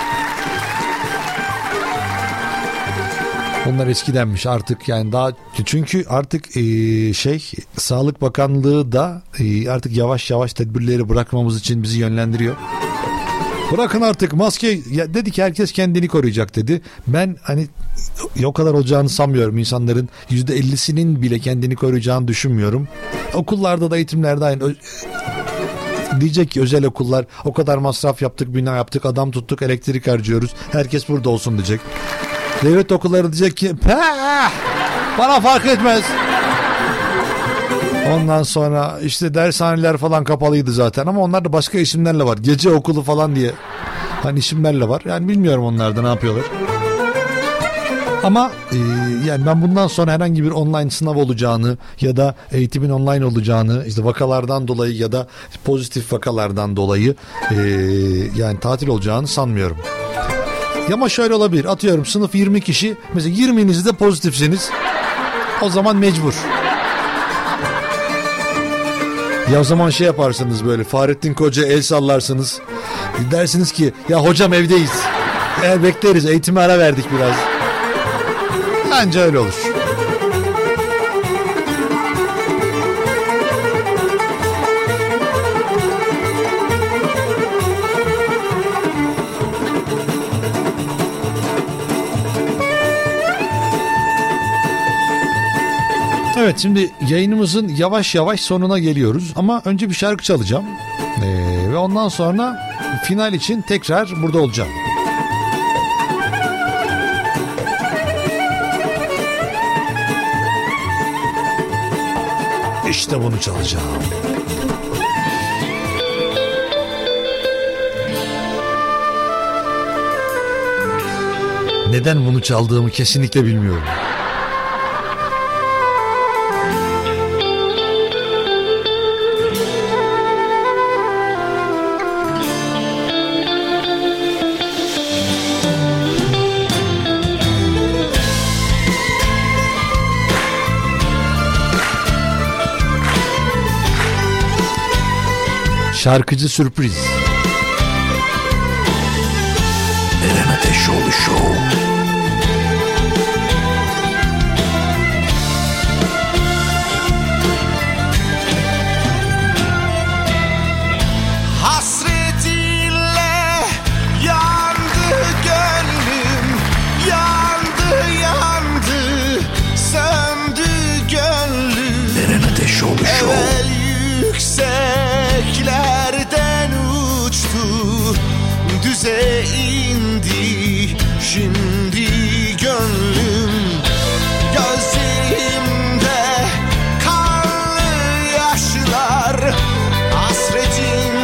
Onlar eskidenmiş artık, yani daha, çünkü artık e, şey Sağlık Bakanlığı da e, artık yavaş yavaş tedbirleri bırakmamız için bizi yönlendiriyor. Bırakın artık maske, ya dedi ki herkes kendini koruyacak dedi. Ben hani o kadar olacağını sanmıyorum. İnsanların yüzde ellisinin bile kendini koruyacağını düşünmüyorum. Okullarda da, eğitimlerde aynı. Diyecek ki özel okullar o kadar masraf yaptık, bina yaptık, adam tuttuk, elektrik harcıyoruz, herkes burada olsun diyecek. Devlet okulları diyecek ki bana fark etmez. Ondan sonra işte dershaneler falan kapalıydı zaten, ama onlar da başka isimlerle var. Gece okulu falan diye hani isimlerle var. Yani bilmiyorum onlar da ne yapıyorlar. Ama e, yani ben bundan sonra herhangi bir online sınav olacağını ya da eğitimin online olacağını, işte vakalardan dolayı ya da pozitif vakalardan dolayı e, yani tatil olacağını sanmıyorum. Ama şöyle olabilir, atıyorum sınıf yirmi kişi, mesela yirminiz de pozitifsiniz, o zaman mecbur. Ya o zaman şey yaparsınız, böyle Fahrettin Koca el sallarsınız, dersiniz ki ya hocam evdeyiz, eğer bekleriz, eğitime ara verdik biraz. Bence öyle olur. Evet, şimdi yayınımızın yavaş yavaş sonuna geliyoruz ama önce bir şarkı çalacağım ee, ve ondan sonra final için tekrar burada olacağım. İşte bunu çalacağım. Neden bunu çaldığımı kesinlikle bilmiyorum. Şarkıcı sürpriz. Eren Ateşoğlu Show. Hasretinle yandı gönlüm, yandı yandı, söndü gönlüm. Eren Ateşoğlu Show. Evvel yükseklerden uçtu, düze indi şimdi gönlüm. Gözlerimde kanlı yaşlar, hasretin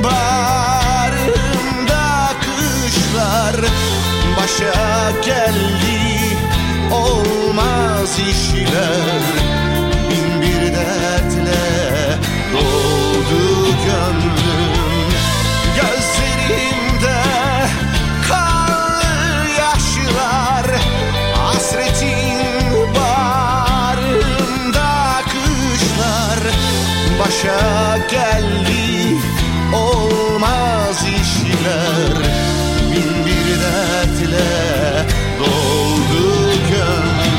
bağrımda kışlar. Başa geldi olmaz işler, bin bir dertle doldu gönlüm. Gözlerimde kanlı yaşlar, hasretin bağrımda kışlar. Başa geldi olmaz işler, bin bir dertle doldu gönlüm.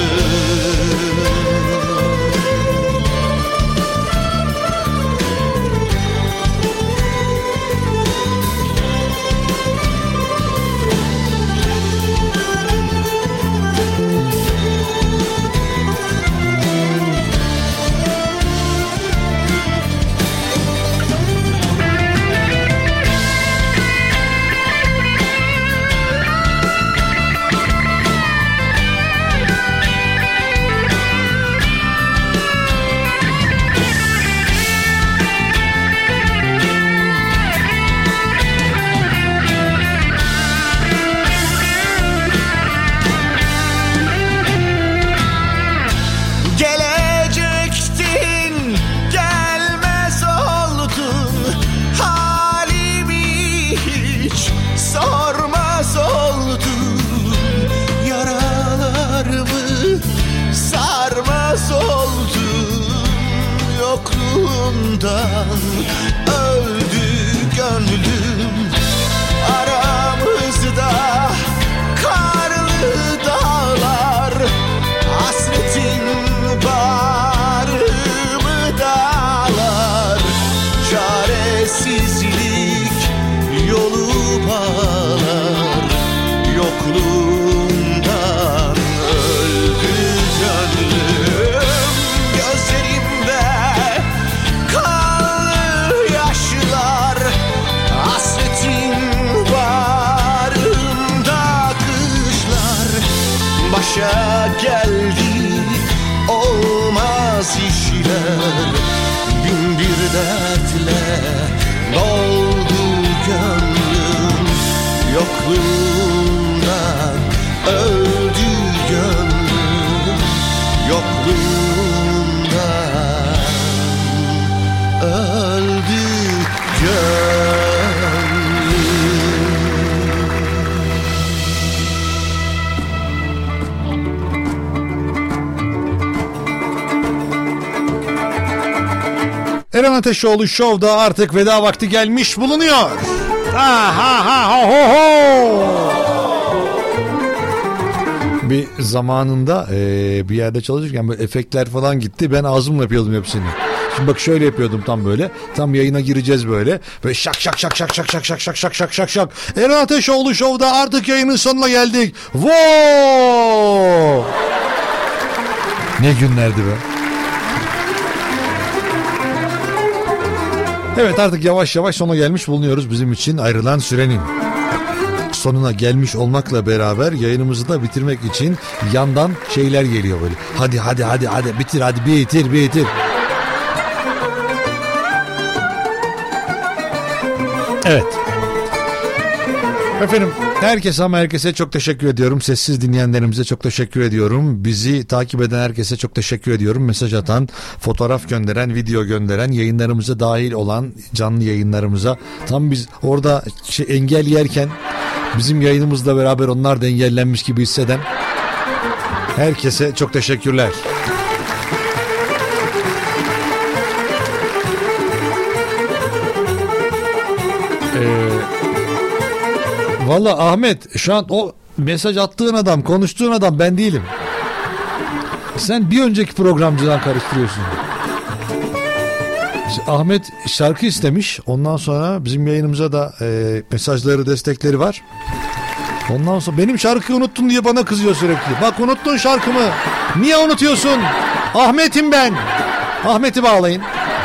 Gelecektin, gelmez oldun, halimi hiç sormaz oldun. Yaralarımı sarmaz oldun, yokluğundan öldü gönlüm. Aramızda karlı dağlar, hasretin bağrımı dağlar. Çaresizlik yolu bağlar, yokluğundan öldü gönlüm. Gözlerimde kanlı yaşlar, hasretin bağrımda kışlar. Başa geldi olmaz işler, bin bir dertle doldu gönlüm. Yokluğundan öldü Eren Ateşoğlu Show'da artık veda vakti gelmiş bulunuyor. Ha ha ha ho ho ho. Bir zamanında e, bir yerde çalışırken böyle efektler falan gitti. Ben ağzımla yapıyordum hepsini. Şimdi bak şöyle yapıyordum tam böyle. Tam yayına gireceğiz böyle. Böyle şak şak şak şak şak şak şak şak şak şak şak şak. Eren Ateşoğlu Show'da artık yayının sonuna geldik. Wow! Ne günlerdi be. Evet, artık yavaş yavaş sona gelmiş bulunuyoruz. Bizim için ayrılan sürenin sonuna gelmiş olmakla beraber yayınımızı da bitirmek için yandan şeyler geliyor böyle. Hadi hadi hadi hadi bitir, hadi bitir bitir. Evet. Efendim, herkese ama herkese çok teşekkür ediyorum. Sessiz dinleyenlerimize çok teşekkür ediyorum. Bizi takip eden herkese çok teşekkür ediyorum. Mesaj atan, fotoğraf gönderen, video gönderen, yayınlarımıza dahil olan, canlı yayınlarımıza. Tam biz orada şey, engel yerken bizim yayınımızla beraber onlar da engellenmiş gibi hisseden herkese çok teşekkürler. Eee Valla Ahmet, şu an o mesaj attığın adam, konuştuğun adam ben değilim. Sen bir önceki programcıdan karıştırıyorsun. İşte Ahmet şarkı istemiş. Ondan sonra bizim yayınımıza da e, mesajları, destekleri var. Ondan sonra benim şarkıyı unuttun diye bana kızıyor sürekli. Bak, unuttun şarkımı. Niye unutuyorsun? Ahmet'im ben. Ahmet'i bağlayın.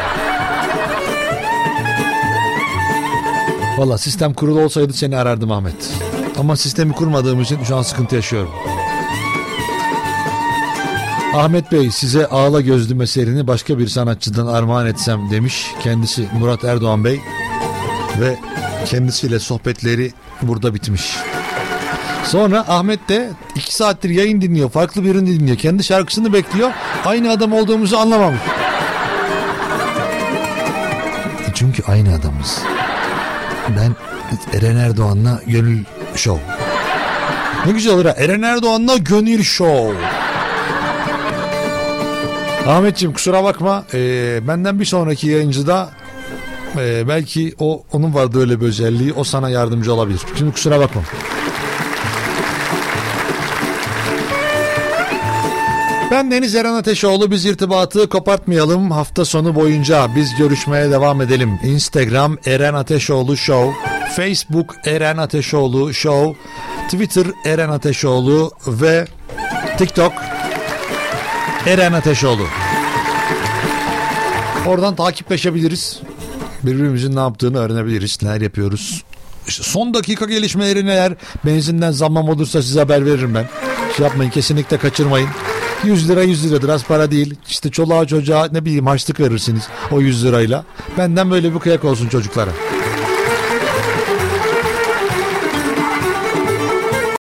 Valla sistem kurulu olsaydı seni arardım Ahmet. Ama sistemi kurmadığım için şu an sıkıntı yaşıyorum. Ahmet Bey, size Ağla Gözlüm eserini başka bir sanatçıdan armağan etsem demiş. Kendisi Murat Erdoğan Bey. Ve kendisiyle sohbetleri burada bitmiş. Sonra Ahmet de iki saattir yayın dinliyor. Farklı birini dinliyor. Kendi şarkısını bekliyor. Aynı adam olduğumuzu anlamamış. Çünkü aynı adamız. Ben Eren Erdoğan'la Gönül Show. Ne güzel olur ha. Eren Erdoğan'la Gönül Show. Ahmetciğim, kusura bakma. Ee, benden bir sonraki yayıncıda e, belki o onun vardı öyle bir özelliği. O sana yardımcı olabilir. Şimdi kusura bakma. Ben Deniz Eren Ateşoğlu. Biz irtibatı kopartmayalım. Hafta sonu boyunca biz görüşmeye devam edelim. Instagram Eren Ateşoğlu Show, Facebook Eren Ateşoğlu Show, Twitter Eren Ateşoğlu ve TikTok Eren Ateşoğlu. Oradan takipleşebiliriz. Birbirimizin ne yaptığını öğrenebiliriz. Neler yapıyoruz. İşte son dakika gelişmeleri neler. Benzinden zammam olursa size haber veririm ben. Şey yapmayın, kesinlikle kaçırmayın. yüz lira yüz liradır, az para değil. İşte çoluğa çocuğa ne bileyim harçlık verirsiniz o yüz lirayla. Benden böyle bir kıyak olsun çocuklara.